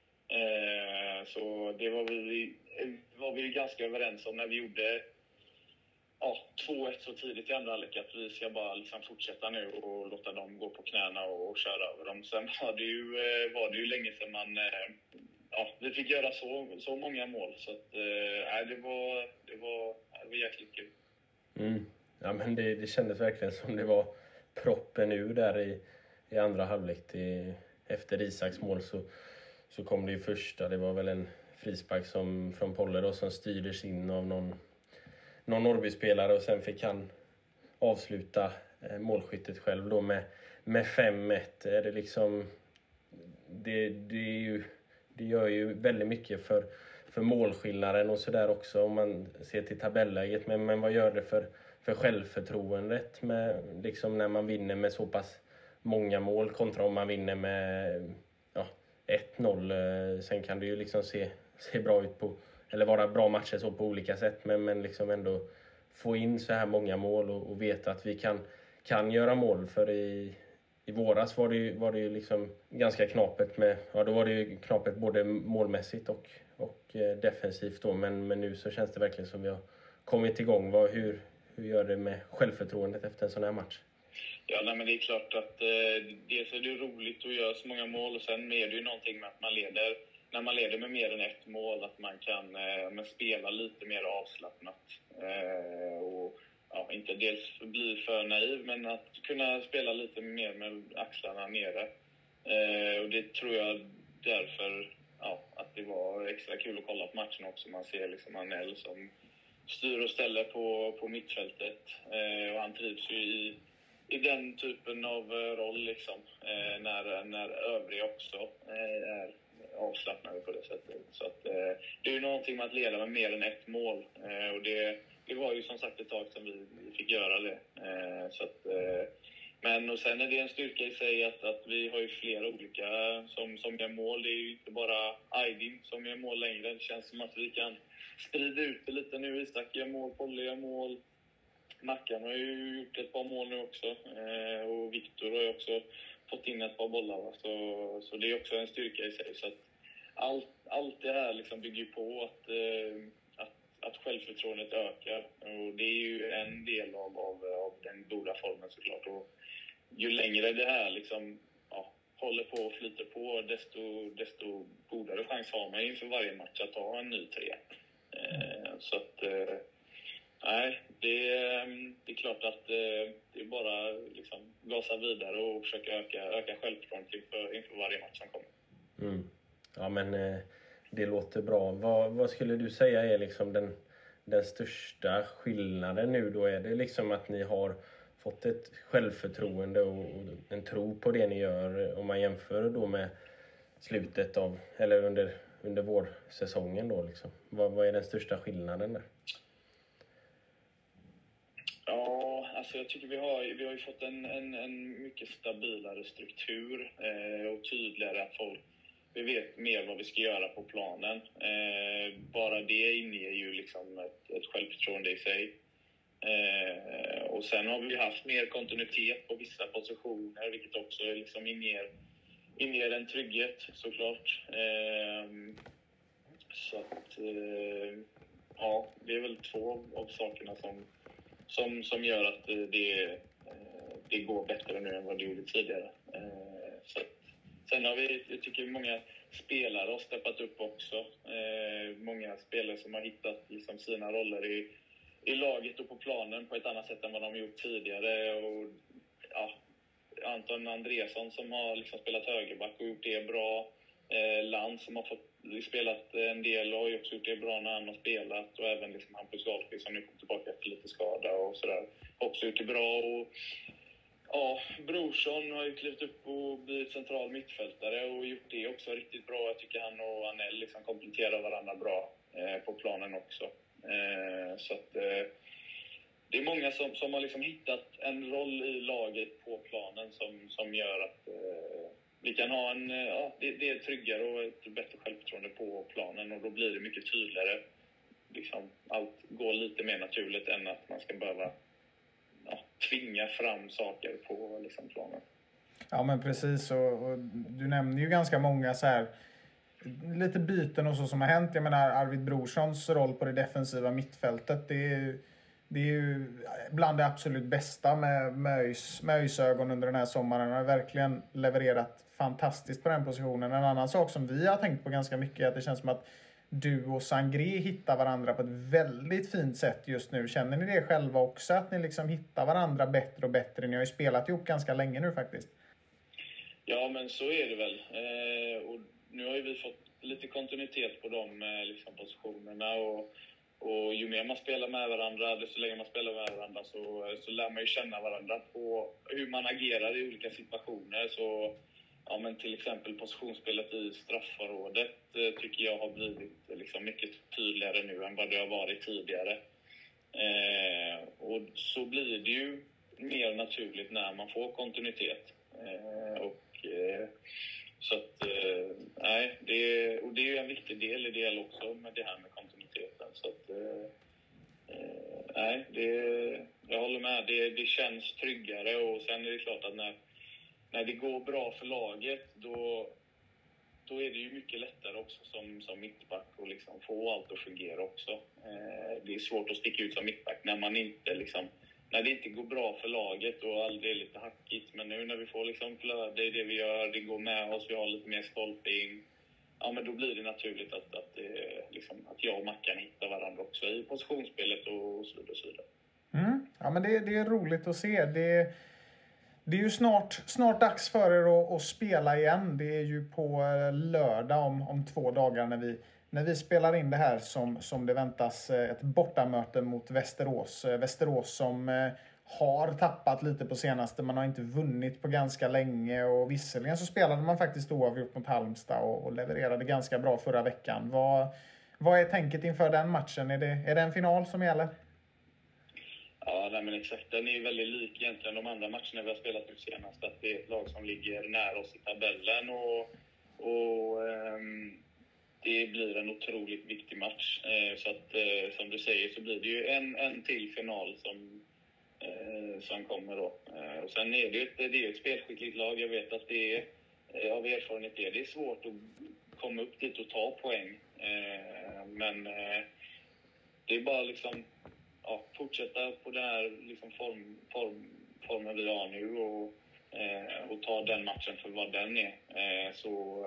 Eh, så det var vi, var vi ganska överens om när vi gjorde ja, två ett så tidigt i andra halvlek, att vi ska bara liksom fortsätta nu och låta dem gå på knäna och, och köra över dem. Sen var det ju, var det ju länge sedan man... Eh, Ja, vi fick göra så, så många mål, så att, äh, det, var, det, var, det var jäkligt kul. Mm. Ja, men det, det kändes verkligen som det var proppen ur där i, i andra halvlek. Det, efter Isaks mål så, så kom det ju första. Det var väl en frispark som, från Polle då, som styrdes in av någon, någon Norrby-spelare, och sen fick han avsluta eh, målskyttet själv då med, med fem ett. Är det liksom... Det, det är ju... Det gör ju väldigt mycket för, för målskillnaden och sådär också om man ser till tabelläget. Men, men vad gör det för, för självförtroendet med, liksom när man vinner med så pass många mål kontra om man vinner med ja, ett noll. Sen kan det ju liksom se, se bra ut på, eller vara bra matcher så på olika sätt. Men, men liksom ändå få in så här många mål och, och veta att vi kan, kan göra mål. För i... I våras var det ju, var det ju liksom ganska knapert med, ja då var det ju knapert både målmässigt och, och eh, defensivt då, men, men nu så känns det verkligen som vi har kommit igång. Vad, hur, hur gör det med självförtroendet efter en sån här match? Ja, nej, men det är klart att eh, dels är det roligt att göra så många mål, och sen är det ju någonting med att man leder, när man leder med mer än ett mål, att man kan eh, spela lite mer avslappnat. Eh, och ja, inte dels bli för naiv, men att kunna spela lite mer med axlarna nere. Eh, och det tror jag därför ja, att det var extra kul att kolla på matchen också. Man ser liksom Anel som styr och ställer på, på mittfältet. Eh, och han trivs ju i, i den typen av roll liksom. Eh, när, när övriga också eh, är avslappnade på det sättet. Så att, eh, det är ju någonting med att leda med mer än ett mål. Eh, och det, det var ju som sagt ett tag sedan vi, vi fick göra det. Eh, så att, eh, men och sen är det en styrka i sig att, att vi har ju flera olika som, som gör mål. Det är ju inte bara Aydin som gör mål längre. Det känns som att vi kan sprida ut det lite nu. Isak gör mål, Polle gör mål. Mackan har ju gjort ett par mål nu också. Eh, och Viktor har ju också fått in ett par bollar. Va? Så, så det är också en styrka i sig. Så att allt, allt det här liksom bygger på att, eh, att, att självförtroendet ökar. Och det är ju en del av, av, av den goda formen såklart. Och ju längre det här liksom, ja, håller på och flyter på, desto, desto godare chans har man inför varje match att ta en ny tre. Eh, så att, eh, nej, det, det är klart att eh, det är bara liksom gasa vidare och försöka öka, öka självförtroendet inför, inför varje match som kommer. Mm. Ja, men eh, det låter bra. Vad, vad skulle du säga är liksom den, den största skillnaden nu då? Är det liksom att ni har fått ett självförtroende och, och en tro på det ni gör om man jämför då med slutet av, eller under, under vårsäsongen då liksom? Vad, vad är den största skillnaden där? Ja, alltså jag tycker vi har, vi har ju fått en, en, en mycket stabilare struktur eh, och tydligare att folk, vi vet mer vad vi ska göra på planen. Eh, bara det inger ju liksom ett, ett självförtroende i sig. Eh, och sen har vi haft mer kontinuitet på vissa positioner, vilket också liksom inger, inger en trygghet såklart. Eh, så att, eh, ja, det är väl två av sakerna som, som, som gör att det, det går bättre nu än vad det gjorde tidigare. Eh, så att, sen har vi, jag tycker många spelare har steppat upp också. Eh, många spelare som har hittat liksom sina roller i i laget och på planen på ett annat sätt än vad de gjort tidigare. Och, ja, Anton Andreasson som har liksom spelat högerback och gjort det bra. Eh, Land som har fått spelat en del och har också gjort det bra när han har spelat. Och även liksom Hampus Wahlqvist som nu kom tillbaka efter lite skada och sådär. Också gjort det bra. Och, ja, Brorsson har ju klivit upp och blivit central mittfältare och gjort det också riktigt bra. Jag tycker han och Anel liksom kompletterar varandra bra eh, på planen också. Eh, så att eh, det är många som, som har liksom hittat en roll i laget på planen som, som gör att eh, vi kan ha en, ja, det, det är tryggare och ett bättre självförtroende på planen och då blir det mycket tydligare. Liksom, allt går lite mer naturligt än att man ska behöva ja, tvinga fram saker på liksom, planen. Ja, men precis, och, och du nämner ju ganska många så här lite byten och så som har hänt. Jag menar Arvid Brorssons roll på det defensiva mittfältet, det är, det är ju bland det absolut bästa med, med, ÖIS, med ÖIS-ögon under den här sommaren. Han har verkligen levererat fantastiskt på den positionen. En annan sak som vi har tänkt på ganska mycket är att det känns som att du och Sangré hittar varandra på ett väldigt fint sätt just nu. Känner ni det själva också, att ni liksom hittar varandra bättre och bättre? Ni har ju spelat ihop ganska länge nu faktiskt. Ja, men så är det väl. Eh, och nu har ju vi fått lite kontinuitet på de eh, liksom, positionerna och, och ju mer man spelar med varandra, desto längre man spelar med varandra så, så lär man ju känna varandra på hur man agerar i olika situationer. Så ja, men till exempel positionsspelet i straffområdet eh, tycker jag har blivit liksom, mycket tydligare nu än vad det har varit tidigare. Eh, och så blir det ju mer naturligt när man får kontinuitet. Eh, och eh, så att, eh, nej, det är, och det är ju en viktig del i det också med det här med kontinuiteten. Så att, eh, eh, nej, det, jag håller med. Det, det känns tryggare och sen är det klart att när, när det går bra för laget då, då är det ju mycket lättare också som, som mittback och liksom få allt att fungera också. Eh, det är svårt att sticka ut som mittback när man inte liksom när det inte går bra för laget och aldrig är lite hackigt. Men nu när vi får liksom flöde i det vi gör, det går med oss, vi har lite mer stolpe in. Ja, men då blir det naturligt att, att, liksom, att jag och Mackan hittar varandra också i positionsspelet och så vidare. Och så vidare. Mm. Ja, men det, det är roligt att se. Det, det är ju snart, snart dags för er att, att spela igen. Det är ju på lördag om, om två dagar när vi, när vi spelar in det här som, som det väntas ett bortamöte mot Västerås. Västerås som har tappat lite på senaste. Man har inte vunnit på ganska länge och visserligen så spelade man faktiskt oavgjort mot Halmstad och, och levererade ganska bra förra veckan. Vad, vad är tänket inför den matchen? Är det, är det en final som gäller? Ja, nej, men exakt. Den är ju väldigt lik egentligen de andra matcherna vi har spelat nu senast. Att det är ett lag som ligger nära oss i tabellen och, och ehm, det blir en otroligt viktig match. Eh, så att eh, som du säger så blir det ju en, en till final som, eh, som kommer då. Eh, och sen är det ju ett, det är ett spelskickligt lag. Jag vet att det är, eh, av erfarenhet är det är svårt att komma upp dit och ta poäng. Eh, men eh, det är bara liksom ja, fortsätta på den här liksom form, form, formen vi har nu och, eh, och ta den matchen för vad den är. Eh, så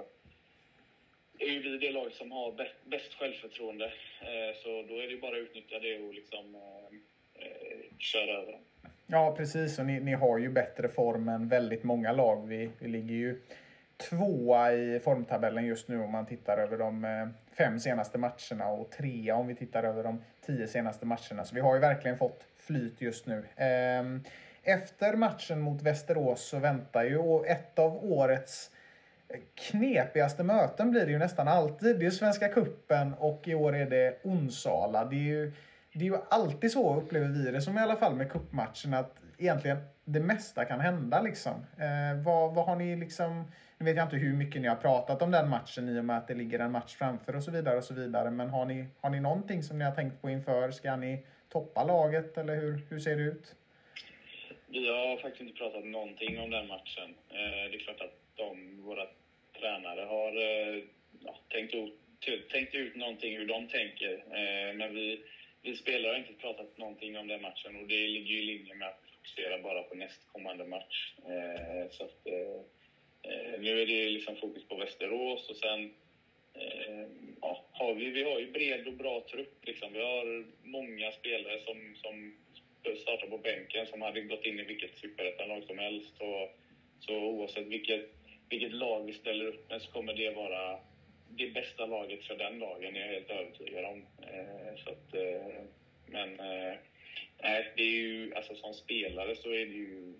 är ju vi det lag som har bäst, bäst självförtroende. Eh, så då är det bara att utnyttja det och liksom eh, eh, köra över dem. Ja, precis. Och ni, ni har ju bättre form än väldigt många lag. Vi, vi ligger ju tvåa i formtabellen just nu om man tittar över de fem senaste matcherna och trea om vi tittar över de tio senaste matcherna. Så vi har ju verkligen fått flyt just nu. Efter matchen mot Västerås så väntar ju ett av årets knepigaste möten blir det ju nästan alltid. Det är Svenska Cupen och i år är det Onsala. Det är ju, det är ju alltid så upplever vi det som i alla fall med cupmatchen att egentligen det mesta kan hända liksom. Eh, vad, vad har ni liksom, nu vet jag inte hur mycket ni har pratat om den matchen i och med att det ligger en match framför och så vidare och så vidare. Men har ni, har ni någonting som ni har tänkt på inför? Ska ni toppa laget eller hur, hur ser det ut? Vi har faktiskt inte pratat någonting om den matchen. Eh, det är klart att de, våra tränare har eh, ja, tänkt, ut, tänkt ut någonting hur de tänker. Eh, men vi, vi spelare har inte pratat någonting om den matchen och det ligger ju i linje med att fokusera bara på nästkommande match. Eh, så att, eh, nu är det liksom fokus på Västerås och sen eh, ja, har vi, vi har ju bred och bra trupp. Liksom. Vi har många spelare som, som startar på bänken som hade gått in i vilket superettanlag som helst. Och, så oavsett vilket, vilket lag vi ställer upp med så kommer det vara det bästa laget för den lagen, är jag helt övertygad om. Eh, så att, eh, men eh, nej, det är ju, alltså som spelare så är det ju,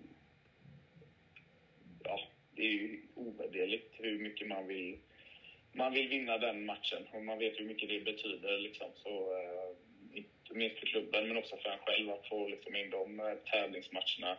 ja, det är ju ovärderligt hur mycket man vill, man vill vinna den matchen och man vet hur mycket det betyder liksom. Så eh, inte minst för klubben men också för en själv att få liksom in de eh, tävlingsmatcherna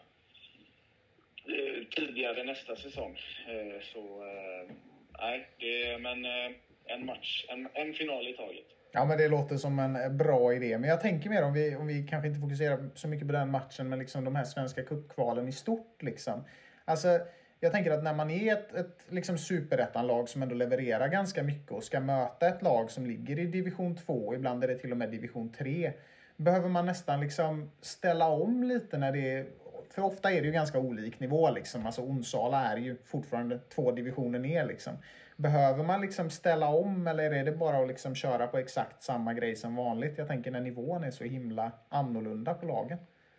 eh, tidigare nästa säsong. Eh, så eh, nej, det är men eh, en match, en, en final i taget. Ja, men det låter som en bra idé. Men jag tänker mer om vi, om vi kanske inte fokuserar så mycket på den matchen, men liksom de här svenska cupkvalen i stort. Liksom. Alltså, jag tänker att när man är ett, ett liksom superettanlag som ändå levererar ganska mycket och ska möta ett lag som ligger i division två, ibland är det till och med division tre, behöver man nästan liksom ställa om lite när det är, för ofta är det ju ganska olik nivå liksom. Alltså Onsala är ju fortfarande två divisioner ner liksom. Behöver man liksom ställa om eller är det bara att liksom köra på exakt samma grej som vanligt? Jag tänker när nivån är så himla annorlunda på lagen.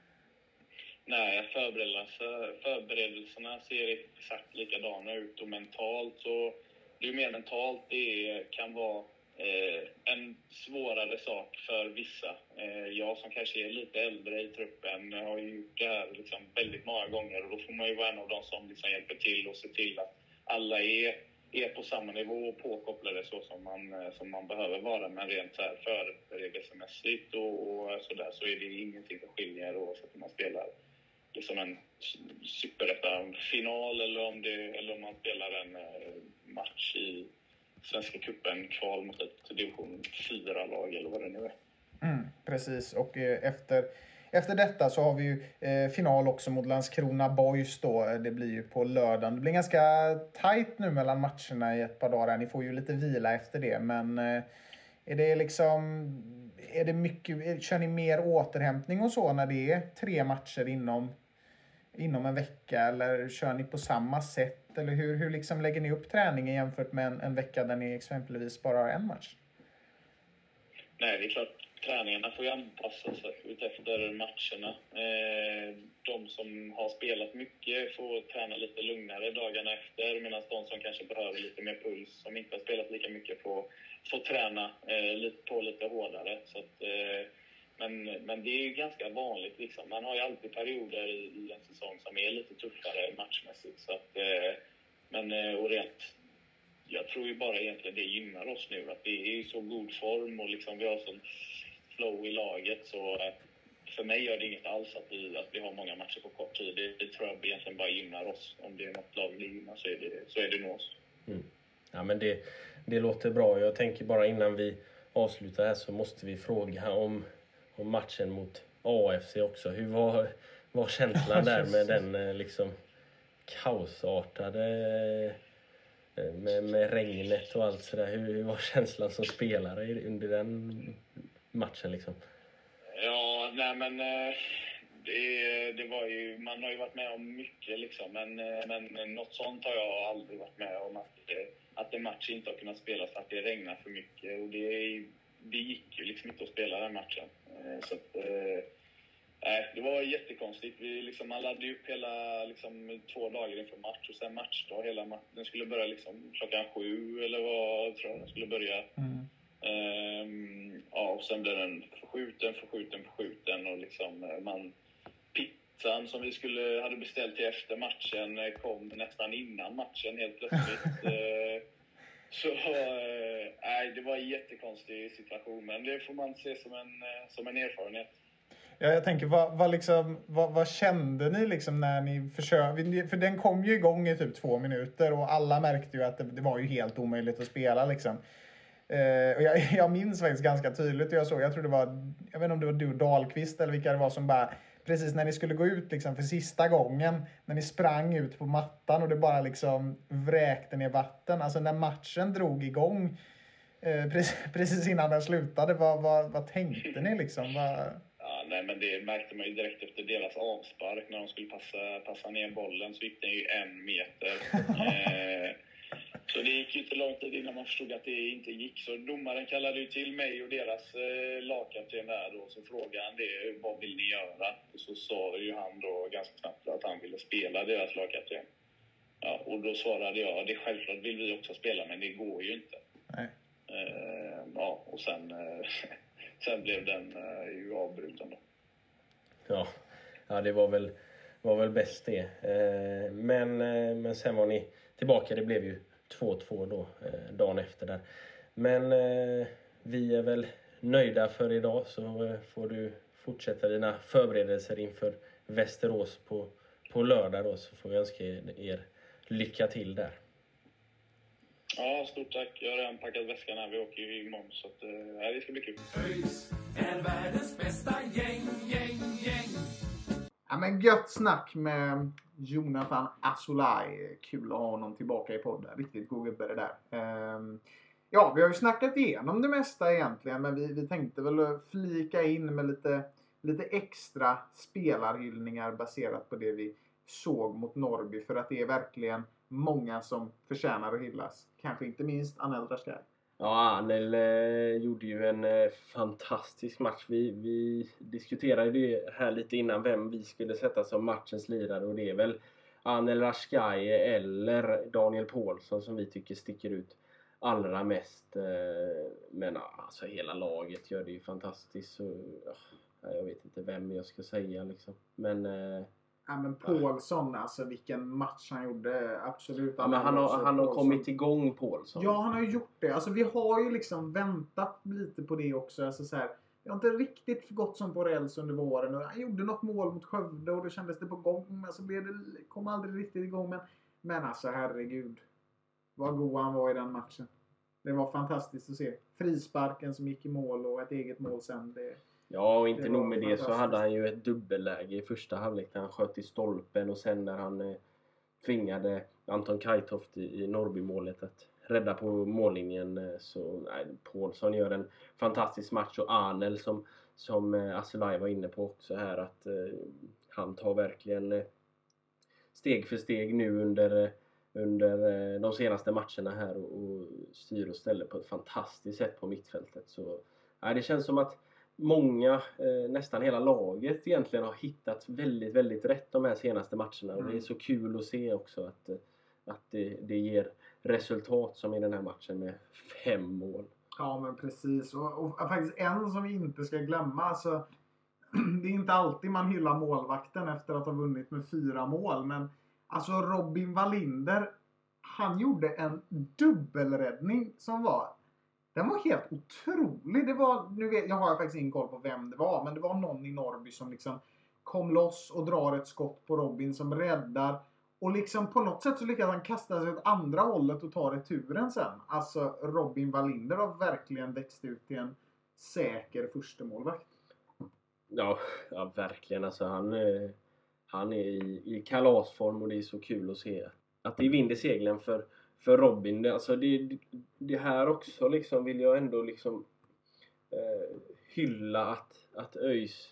Nej, förberedelserna, förberedelserna ser exakt likadana ut och mentalt så det är mer mentalt det kan vara eh, en svårare sak för vissa. Eh, jag som kanske är lite äldre i truppen har ju gjort det här liksom väldigt många gånger och då får man ju vara en av dem som liksom hjälper till och se till att alla är är på samma nivå och påkopplade så som man, som man behöver vara. Men rent så här förberedelsemässigt och, och sådär så är det ingenting som skiljer oavsett om man spelar liksom en superettan-final eller om, det, eller om man spelar en match i Svenska Cupen kval mot ett division fyra-lag eller vad det nu är. Mm, precis, och eh, efter... Efter detta så har vi ju eh, final också mot Landskrona Boys då. Det blir ju på lördagen. Det blir ganska tajt nu mellan matcherna i ett par dagar. Ni får ju lite vila efter det. Men eh, är det liksom... Är det mycket, kör ni mer återhämtning och så när det är tre matcher inom, inom en vecka? Eller kör ni på samma sätt? Eller hur, hur liksom lägger ni upp träningen jämfört med en, en vecka där ni exempelvis bara har en match? nej, det är klart. Träningarna får ju anpassas ut efter matcherna. Eh, de som har spelat mycket får träna lite lugnare dagarna efter. Medan de som kanske behöver lite mer puls, som inte har spelat lika mycket, får, får träna eh, lite, på lite hårdare. Så att, eh, men, men det är ju ganska vanligt. Liksom. Man har ju alltid perioder i, i en säsong som är lite tuffare matchmässigt. Så att, eh, men eh, och rent... Jag tror ju bara egentligen det gynnar oss nu. Att det är i så god form och liksom vi har sån flow i laget. Så för mig gör det inget alls att vi, att vi har många matcher på kort tid. Det, det tror jag egentligen bara gynnar oss. Om det är något lag vi gynnar så är det, så är det nog oss. Mm. Ja, men det, det låter bra. Jag tänker bara innan vi avslutar här så måste vi fråga om, om matchen mot A F C också. Hur var, var känslan där med den liksom kaosartade... Med, med regnet och allt sådär. Hur, hur var känslan som spelare under den matchen liksom? Ja, nej men det, det var ju, man har ju varit med om mycket liksom. Men, men något sånt har jag aldrig varit med om. Att, att en match inte har kunnat spelas för att det regnar för mycket. Och det, det gick ju liksom inte att spela den matchen. Så att... Nej, det var jättekonstigt. Vi liksom, man laddade upp hela liksom, två dagar inför match och sen matchdag. Hela matchen. Den skulle börja liksom, klockan sju eller vad tror jag den skulle börja. Mm. Ehm, ja, och sen blev den förskjuten, förskjuten, förskjuten. Och liksom, man, pizzan som vi skulle, hade beställt till efter matchen kom nästan innan matchen helt plötsligt. ehm, så äh, nej, det var en jättekonstig situation. Men det får man se som en, som en erfarenhet. Ja, jag tänker, vad, vad, liksom, vad, vad kände ni liksom när ni försökte? För den kom ju igång i typ två minuter och alla märkte ju att det, det var ju helt omöjligt att spela liksom. Eh, och jag, jag minns faktiskt ganska tydligt och jag såg, jag tror det var, jag vet inte om det var du och Dahlqvist eller vilka det var som bara, precis när ni skulle gå ut liksom för sista gången, när ni sprang ut på mattan och det bara liksom vräkte ner vatten. Alltså när matchen drog igång, eh, precis, precis innan den slutade, vad, vad, vad tänkte ni liksom? Vad... Nej, men det märkte man ju direkt efter deras avspark. När de skulle passa, passa ner bollen så gick den ju en meter. eh, så det gick ju inte lång tid innan man förstod att det inte gick. Så domaren kallade ju till mig och deras eh, lagkapten där då. Så frågade han det, vad vill ni göra? Och så sa ju han då ganska snabbt att han ville spela deras lagkapten. Ja, och då svarade jag, det är självklart vill vi också spela men det går ju inte. Nej. Eh, ja, och sen... Eh, Sen blev den uh, ju avbruten då. Ja, ja det var väl, var väl bäst det. Eh, men, eh, men sen var ni tillbaka. Det blev ju två två då, eh, dagen efter där. Men eh, vi är väl nöjda för idag. Så eh, får du fortsätta dina förberedelser inför Västerås på, på lördag då. Så får vi önska er lycka till där. Ja, stort tack. Jag har redan packat väskan här. Vi åker ju imorgon så att, äh, det ska bli kul. ÖIS är världens bästa gäng, gäng, gäng. Ja, men gött snack med Jonathan Asolaj. Kul att ha honom tillbaka i podden. Riktigt god gubbe det där. Um, ja, vi har ju snackat igenom det mesta egentligen. Men vi, vi tänkte väl flika in med lite, lite extra spelarhyllningar baserat på det vi såg mot Norrby. För att det är verkligen många som förtjänar att hyllas. Kanske inte minst Anel Rashkai. Ja, Anel eh, gjorde ju en eh, fantastisk match. Vi, vi diskuterade ju här lite innan vem vi skulle sätta som matchens lirare. Och det är väl Anel Rashkai eller Daniel Paulsson som vi tycker sticker ut allra mest. Eh, men alltså hela laget gör det ju fantastiskt. Så, ja, jag vet inte vem jag ska säga liksom. Men... Eh, Ja, men Paulsson, alltså vilken match han gjorde, absolut. Ja, men han har, han har kommit igång, Paulsson. Ja, han har ju gjort det. Alltså vi har ju liksom väntat lite på det också. Alltså så här, jag har inte riktigt gått som på räls under våren. Och han gjorde något mål mot Skövde och då kändes det på gång. Men så blev det, kom aldrig riktigt igång. Men, men alltså herregud, vad god han var i den matchen. Det var fantastiskt att se. Frisparken som gick i mål och ett eget mål sen, det... Ja, och inte nog med det så hade han ju ett dubbelläge i första halvlek när han sköt i stolpen och sen när han eh, tvingade Anton Kajtoft i, i Norrby-målet att rädda på mållinjen. Eh, så nej, Paulsson gör en fantastisk match och Anel som, som eh, Asolaj var inne på också här att eh, han tar verkligen eh, steg för steg nu under, eh, under eh, de senaste matcherna här och, och styr och ställer på ett fantastiskt sätt på mittfältet. Så Ja, det känns som att många, eh, nästan hela laget egentligen har hittat väldigt, väldigt rätt de här senaste matcherna. Mm. Och det är så kul att se också att, att det, det ger resultat som i den här matchen med fem mål. Ja, men precis. Och, och faktiskt en som vi inte ska glömma. Alltså, det är inte alltid man hyllar målvakten efter att ha vunnit med fyra mål. Men alltså Robin Wallinder, han gjorde en dubbelräddning som var... Den var helt otrolig. Det var, nu vet, jag har faktiskt ingen koll på vem det var. Men det var någon i Norrby som liksom kom loss och drar ett skott på Robin som räddar. Och liksom på något sätt så lyckas han kasta sig åt andra hållet och ta returen sen. Alltså Robin Wallinder har verkligen växt ut till en säker förstemålvakt. Ja, ja verkligen. Alltså han, han är i, i kalasform och det är så kul att se. Att det är vind i seglen för, för Robin. Det, alltså det, det här också liksom vill jag ändå liksom eh, hylla att, att ÖIS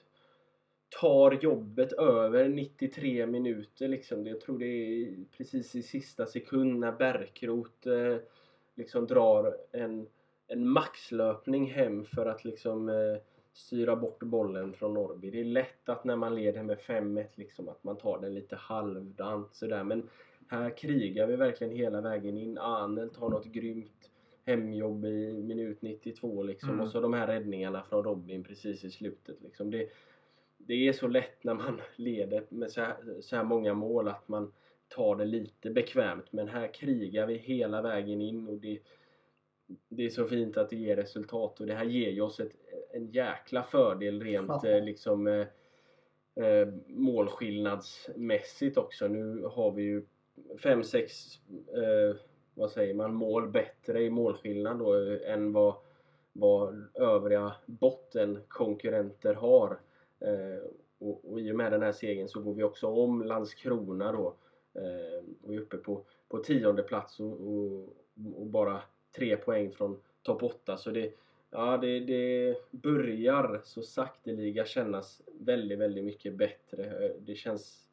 tar jobbet över nittiotre minuter liksom. Jag tror det är precis i sista sekund när Bärkroth eh, liksom drar en, en maxlöpning hem för att liksom eh, styra bort bollen från Norrby. Det är lätt att när man leder med fem ett liksom att man tar den lite halvdant sådär. Men här krigar vi verkligen hela vägen in. Arnelt har något grymt hemjobb i minut nittiotvå liksom. Mm. Och så de här räddningarna från Robin precis i slutet liksom. Det Det är så lätt när man leder med så här, så här många mål att man tar det lite bekvämt. Men här krigar vi hela vägen in och det, det är så fint att det ger resultat. Och det här ger ju oss ett, en jäkla fördel rent ja. eh, liksom, eh, eh, målskillnadsmässigt också. Nu har vi ju fem sex eh, vad säger man, mål bättre i målskillnad då, än vad, vad övriga bottenkonkurrenter har. Eh, och, och i och med den här segern så går vi också om Landskrona då eh, och är uppe på, på tionde plats och, och, och bara tre poäng från topp åtta. Så det, ja, det, det börjar så sakteliga kännas väldigt, väldigt mycket bättre. Det känns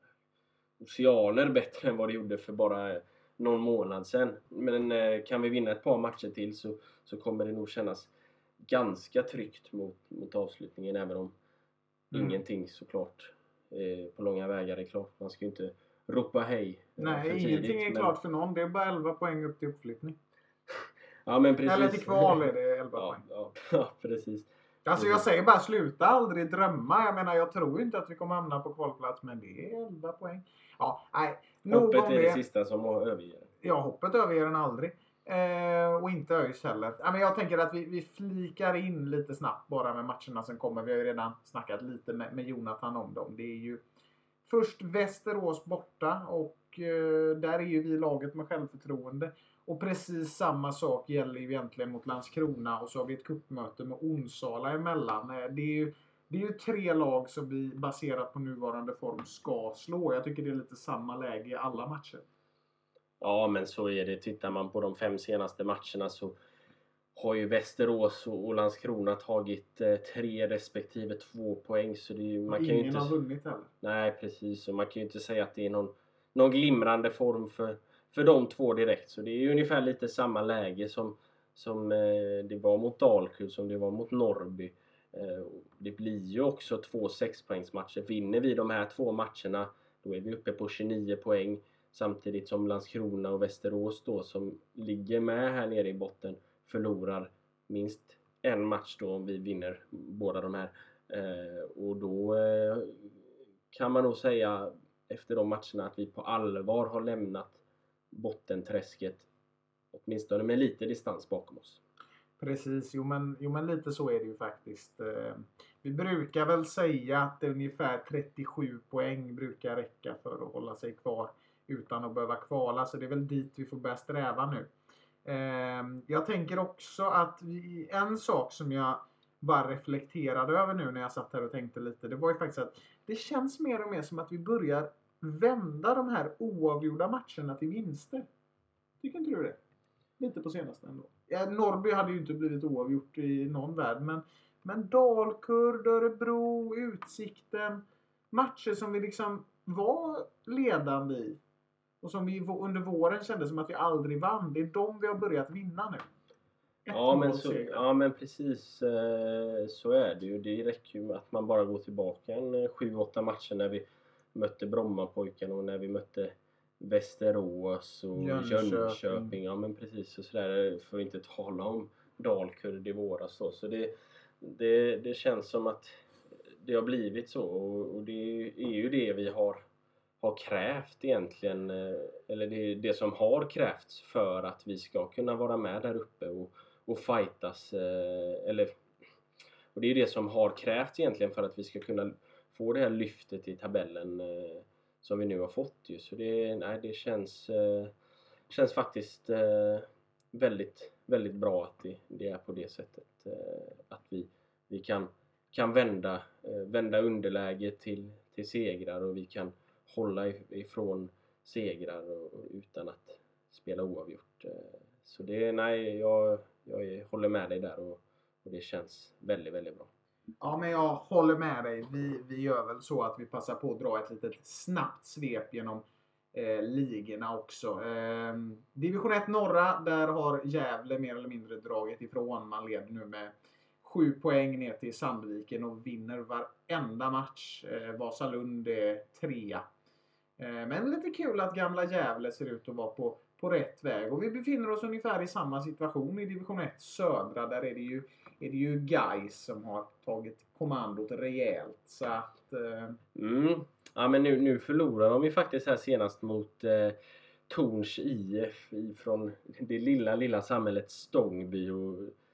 oceaner bättre än vad det gjorde för bara någon månad sedan. Men eh, kan vi vinna ett par matcher till så, så kommer det nog kännas ganska tryggt mot, mot avslutningen, även om Mm. ingenting såklart eh, på långa vägar är klart. Man ska ju inte ropa hej. Nej, ingenting tidigt, är men... klart för någon. Det är bara elva poäng upp till uppflyttning. Ja, men precis. Eller till kval är det elva ja, poäng. Ja, ja, precis. Alltså jag säger bara sluta aldrig drömma. Jag menar, jag tror inte att vi kommer hamna på kvalplats, men det är elva poäng. Ja, nej. Hoppet är det, det sista som överger. Ja, hoppet överger den aldrig. Eh, och inte ÖIS heller. Ja, men jag tänker att vi, vi flikar in lite snabbt bara med matcherna som kommer. Vi har ju redan snackat lite med, med Jonathan om dem. Det är ju först Västerås borta och eh, där är ju vi laget med självförtroende. Och precis samma sak gäller ju egentligen mot Landskrona, och så har vi ett kuppmöte med Onsala emellan. Eh, det är ju det är ju tre lag som vi baserat på nuvarande form ska slå. Jag tycker det är lite samma läge i alla matcher. Ja, men så är det. Tittar man på de fem senaste matcherna så har ju Västerås och Landskrona tagit eh, tre respektive två poäng. Så det är ju, man ingen kan ju inte... har vunnit heller. Nej, precis. Och man kan ju inte säga att det är någon, någon glimrande form för, för de två direkt. Så det är ju ungefär lite samma läge som, som eh, det var mot Dalkurd, som det var mot Norrby. Eh, det blir ju också två sexpoängsmatcher. Vinner vi de här två matcherna, då är vi uppe på tjugonio poäng. Samtidigt som Landskrona och Västerås då, som ligger med här nere i botten, förlorar minst en match då om vi vinner båda de här. Eh, och då eh, kan man nog säga efter de matcherna att vi på allvar har lämnat bottenträsket, åtminstone med lite distans bakom oss. Precis, jo men, jo men lite så är det ju faktiskt. Eh, vi brukar väl säga att ungefär trettiosju poäng brukar räcka för att hålla sig kvar utan att behöva kvala, så det är väl dit vi får börja sträva nu. Eh, jag tänker också att vi, en sak som jag bara reflekterade över nu när jag satt här och tänkte lite, det var ju faktiskt att det känns mer och mer som att vi börjar vända de här oavgjorda matcherna till vinster. Tycker inte du det? Lite på senaste ändå. Ja, Norrby hade ju inte blivit oavgjort i någon värld, men, men Dalkurd, Örebro, Utsikten, matcher som vi liksom var ledande i och som vi under våren kände som att vi aldrig vann. Det är de vi har börjat vinna nu. Ja men, så, ja men precis eh, så är det ju. Det räcker ju med att man bara går tillbaka en sju åtta matcher när vi mötte Brommapojkarna och när vi mötte Västerås och Jönköping. Jönköping. Ja men precis, och sådär, för att inte tala om Dalkurd i våras då. Så det, det, det känns som att det har blivit så, och, och det är ju det vi har, har krävt egentligen, eller det är det som har krävts för att vi ska kunna vara med där uppe och, och fightas, eller, och det är det som har krävts egentligen för att vi ska kunna få det här lyftet i tabellen som vi nu har fått ju. Så det, nej, det känns, känns faktiskt väldigt, väldigt bra att det, det är på det sättet, att vi, vi kan kan vända, vända underläge till, till segrar, och vi kan hålla ifrån segrar och, och utan att spela oavgjort. Så det, nej, jag, jag håller med dig där, och, och det känns väldigt, väldigt bra. Ja, men jag håller med dig. Vi, vi gör väl så att vi passar på att dra ett litet snabbt svep genom eh, ligorna också. Eh, Division ett norra, där har Gävle mer eller mindre dragit ifrån. Man leder nu med sju poäng ner till Sandviken och vinner varenda match. Eh, Vasalund är trea. Eh, men lite kul att gamla Gävle ser ut att vara på, på rätt väg. Och vi befinner oss ungefär i samma situation i Division ett södra. Där är det ju, är det ju Gais som har tagit kommandot rejält. Så att... Eh... Mm. Ja, men nu, nu förlorar de ju faktiskt här senast mot eh, Torns I F från det lilla, lilla samhället Stångby. Och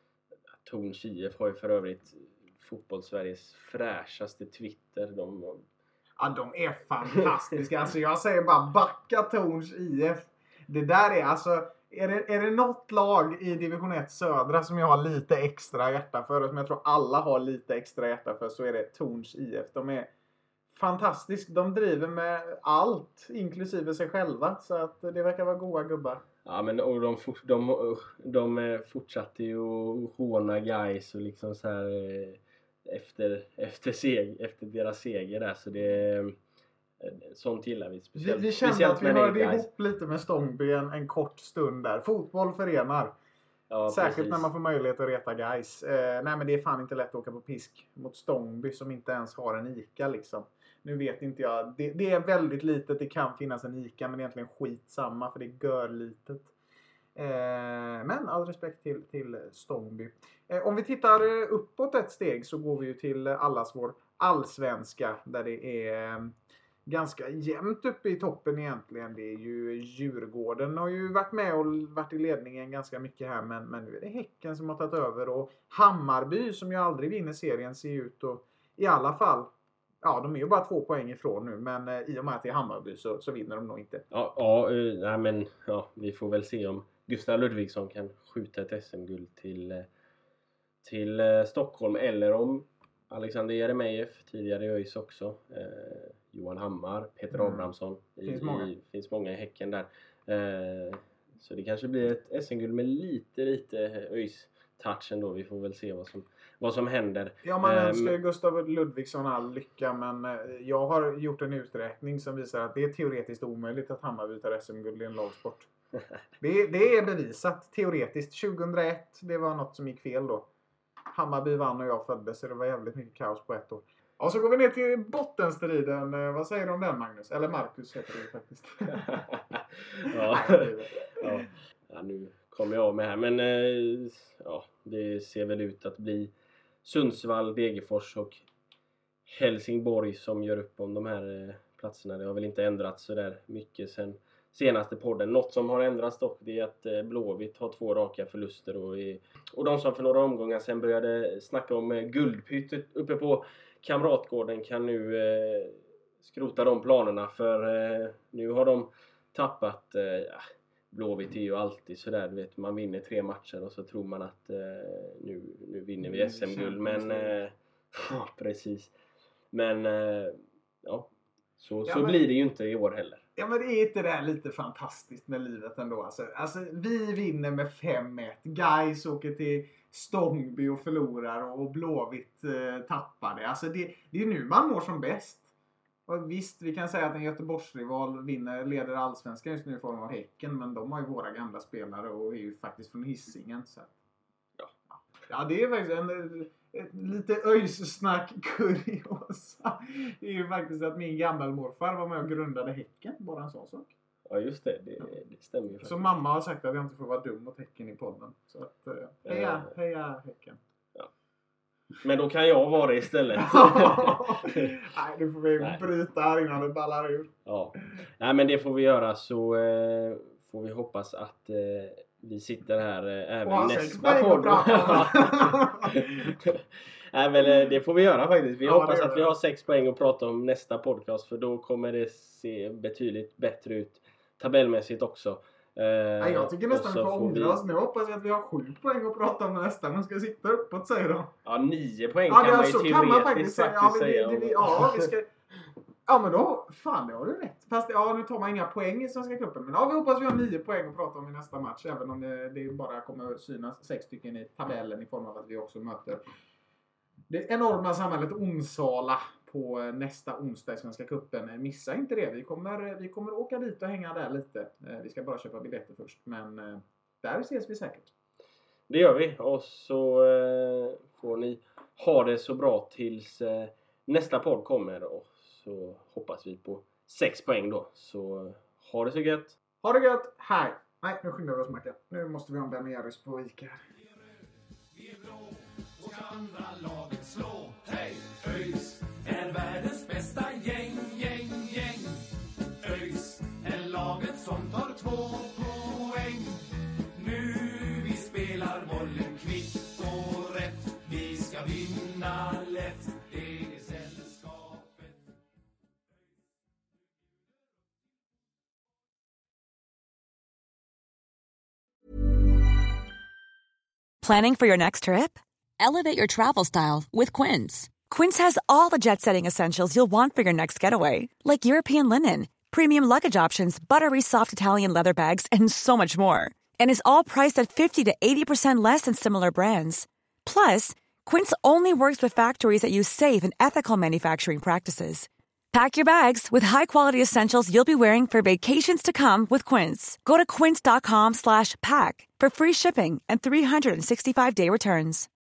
Torns I F har ju för övrigt fotbollssveriges fräschaste Twitter. De... Ja, de är fantastiska. Alltså jag säger bara backa Torns I F. Det där är alltså... Är det, är det något lag i Division ett södra som jag har lite extra hjärta för, och som jag tror alla har lite extra hjärta för, så är det Torns I F. De är fantastiska. De driver med allt, inklusive sig själva. Så att det verkar vara goda gubbar. Ja, men och de, de, de fortsatte ju att håna guys och liksom så här efter, efter, seg, efter deras seger där. Så det, sånt gillar vi. Speciellt, vi, vi kände att vi hörde ihop lite med Stångby en, en kort stund där. Fotboll förenar. Ja, särskilt precis. När man får möjlighet att reta guys. Eh, nej men det är fan inte lätt att åka på pisk mot Stångby som inte ens har en ICA liksom. Nu vet inte jag. Det, det är väldigt litet. Det kan finnas en ICA, men egentligen skitsamma för det är görlitet. Eh, men all respekt till, till Stångby. Eh, om vi tittar uppåt ett steg så går vi ju till allas vår allsvenska. Där det är eh, ganska jämnt uppe i toppen egentligen. Det är ju Djurgården har ju varit med och varit i ledningen ganska mycket här. Men, men nu är det Häcken som har tagit över. Och Hammarby som ju aldrig vinner serien ser ut och i alla fall... Ja, de är ju bara två poäng ifrån nu, men eh, i och med att det är Hammarby så, så vinner de nog inte. Ja, ja, uh, nej, men ja, vi får väl se om Gustav Ludvigsson kan skjuta ett S M-guld till, till uh, Stockholm, eller om Alexander Jeremejeff, tidigare i ÖIS också, uh, Johan Hammar, Peter mm. Abrahamsson. Det finns, många. I, finns många i Häcken där. Uh, så det kanske blir ett S M-guld med lite, lite ÖIS-touch ändå. Vi får väl se vad som... vad som händer. Ja, man önskar ju Gustav Ludvigsson all lycka, men jag har gjort en uträkning som visar att det är teoretiskt omöjligt att Hammarby tar S M-guld i en lagsport. Det, det är bevisat, teoretiskt. tjugohundraett, det var något som gick fel då. Hammarby vann och jag föddes, så det var jävligt mycket kaos på ett år. Och så går vi ner till bottenstriden. Vad säger du om den, Magnus? Eller Marcus heter det faktiskt. ja. ja. ja, nu kommer jag av med här. Men ja, det ser väl ut att bli Sundsvall, Degerfors och Helsingborg som gör upp om de här platserna. Det har väl inte ändrats så där mycket sen senaste podden. Något som har ändrats dock, det är att Blåvitt har två raka förluster. Och, i, och de som för några omgångar sen började snacka om guldpytt uppe på Kamratgården kan nu eh, skrota de planerna. För eh, nu har de tappat... Eh, ja, Blåvitt är ju alltid sådär, du vet, man vinner tre matcher och så tror man att eh, nu, nu vinner vi S M-guld. Men, eh, ja, precis. Men, eh, ja, så, ja, så men, blir det ju inte i år heller. Ja, men det är inte det här lite fantastiskt med livet ändå. Alltså, alltså vi vinner med fem ett. Gais åker till Stångby och förlorar och Blåvitt eh, tappar det. Alltså det, det är nu man mår som bäst. Och visst, vi kan säga att en Göteborgsrival vinner, leder allsvenskan just nu i form av Häcken. Men de har ju våra gamla spelare och är ju faktiskt från Hisingen. Så. Ja, det är faktiskt en, en lite öjssnack kuriosa. Det är ju faktiskt att min gammelmorfar var med och grundade Häcken. Bara en sån sak. Ja, just det. Det, det stämmer ju faktiskt. Så mamma har sagt att jag inte får vara dum mot Häcken i podden. Så att, uh, heja, heja Häcken. Ja. Men då kan jag vara det istället. Nej, nu får vi Nej. bryta här innan det ballar ur. Ja. Nej, men det får vi göra, så eh, får vi hoppas att eh, vi sitter här eh, även nästa podd. Nej, men eh, det får vi göra faktiskt. Vi ja, hoppas att vi har sex poäng att prata om nästa podcast, för då kommer det se betydligt bättre ut tabellmässigt också. Eh, Nej, jag tycker nästan vi får ångra oss. Nu hoppas jag att vi har sju poäng att prata om nästa. Man ska sitta uppåt, säger de. Ja, nio poäng ja, kan man ju så teoretiskt kan man faktiskt säga. Ja, säga. Det, det, ja, vi ska... Ja, men då... Fan, det har du rätt. Fast ja, nu tar man inga poäng i Svenska cupen. Men ja, vi hoppas vi har nio poäng att prata om i nästa match. Även om det, det bara kommer att synas sex stycken i tabellen i form av att vi också möter det enorma samhället Onsala på nästa onsdag i Svenska cupen. Missa inte det. Vi kommer, vi kommer åka dit och hänga där lite. Vi ska bara köpa biljetter först. Men där ses vi säkert. Det gör vi. Och så eh, får ni ha det så bra tills eh, nästa podd kommer. Och så hoppas vi på sex poäng då. Så ha det så gött. Ha det gött. Hej. Nej, nu skyndar vi oss, Macka. Nu måste vi ha en Bernerus på Ica. Vi är blå och ska andra laget slå. Hej! ÖIS är världens bästa gäng, gäng, gäng. ÖIS är laget som tar två poäng. Nu vi spelar bollen kvitt och rätt. Vi ska vinna lätt. Det är sällskapet. Planning for your next trip? Elevate your travel style with Quince. Quince has all the jet-setting essentials you'll want for your next getaway, like European linen, premium luggage options, buttery soft Italian leather bags, and so much more. And is all priced at fifty to eighty percent less than similar brands. Plus, Quince only works with factories that use safe and ethical manufacturing practices. Pack your bags with high-quality essentials you'll be wearing for vacations to come with Quince. Go to quince.com slash pack for free shipping and three sixty-five day returns.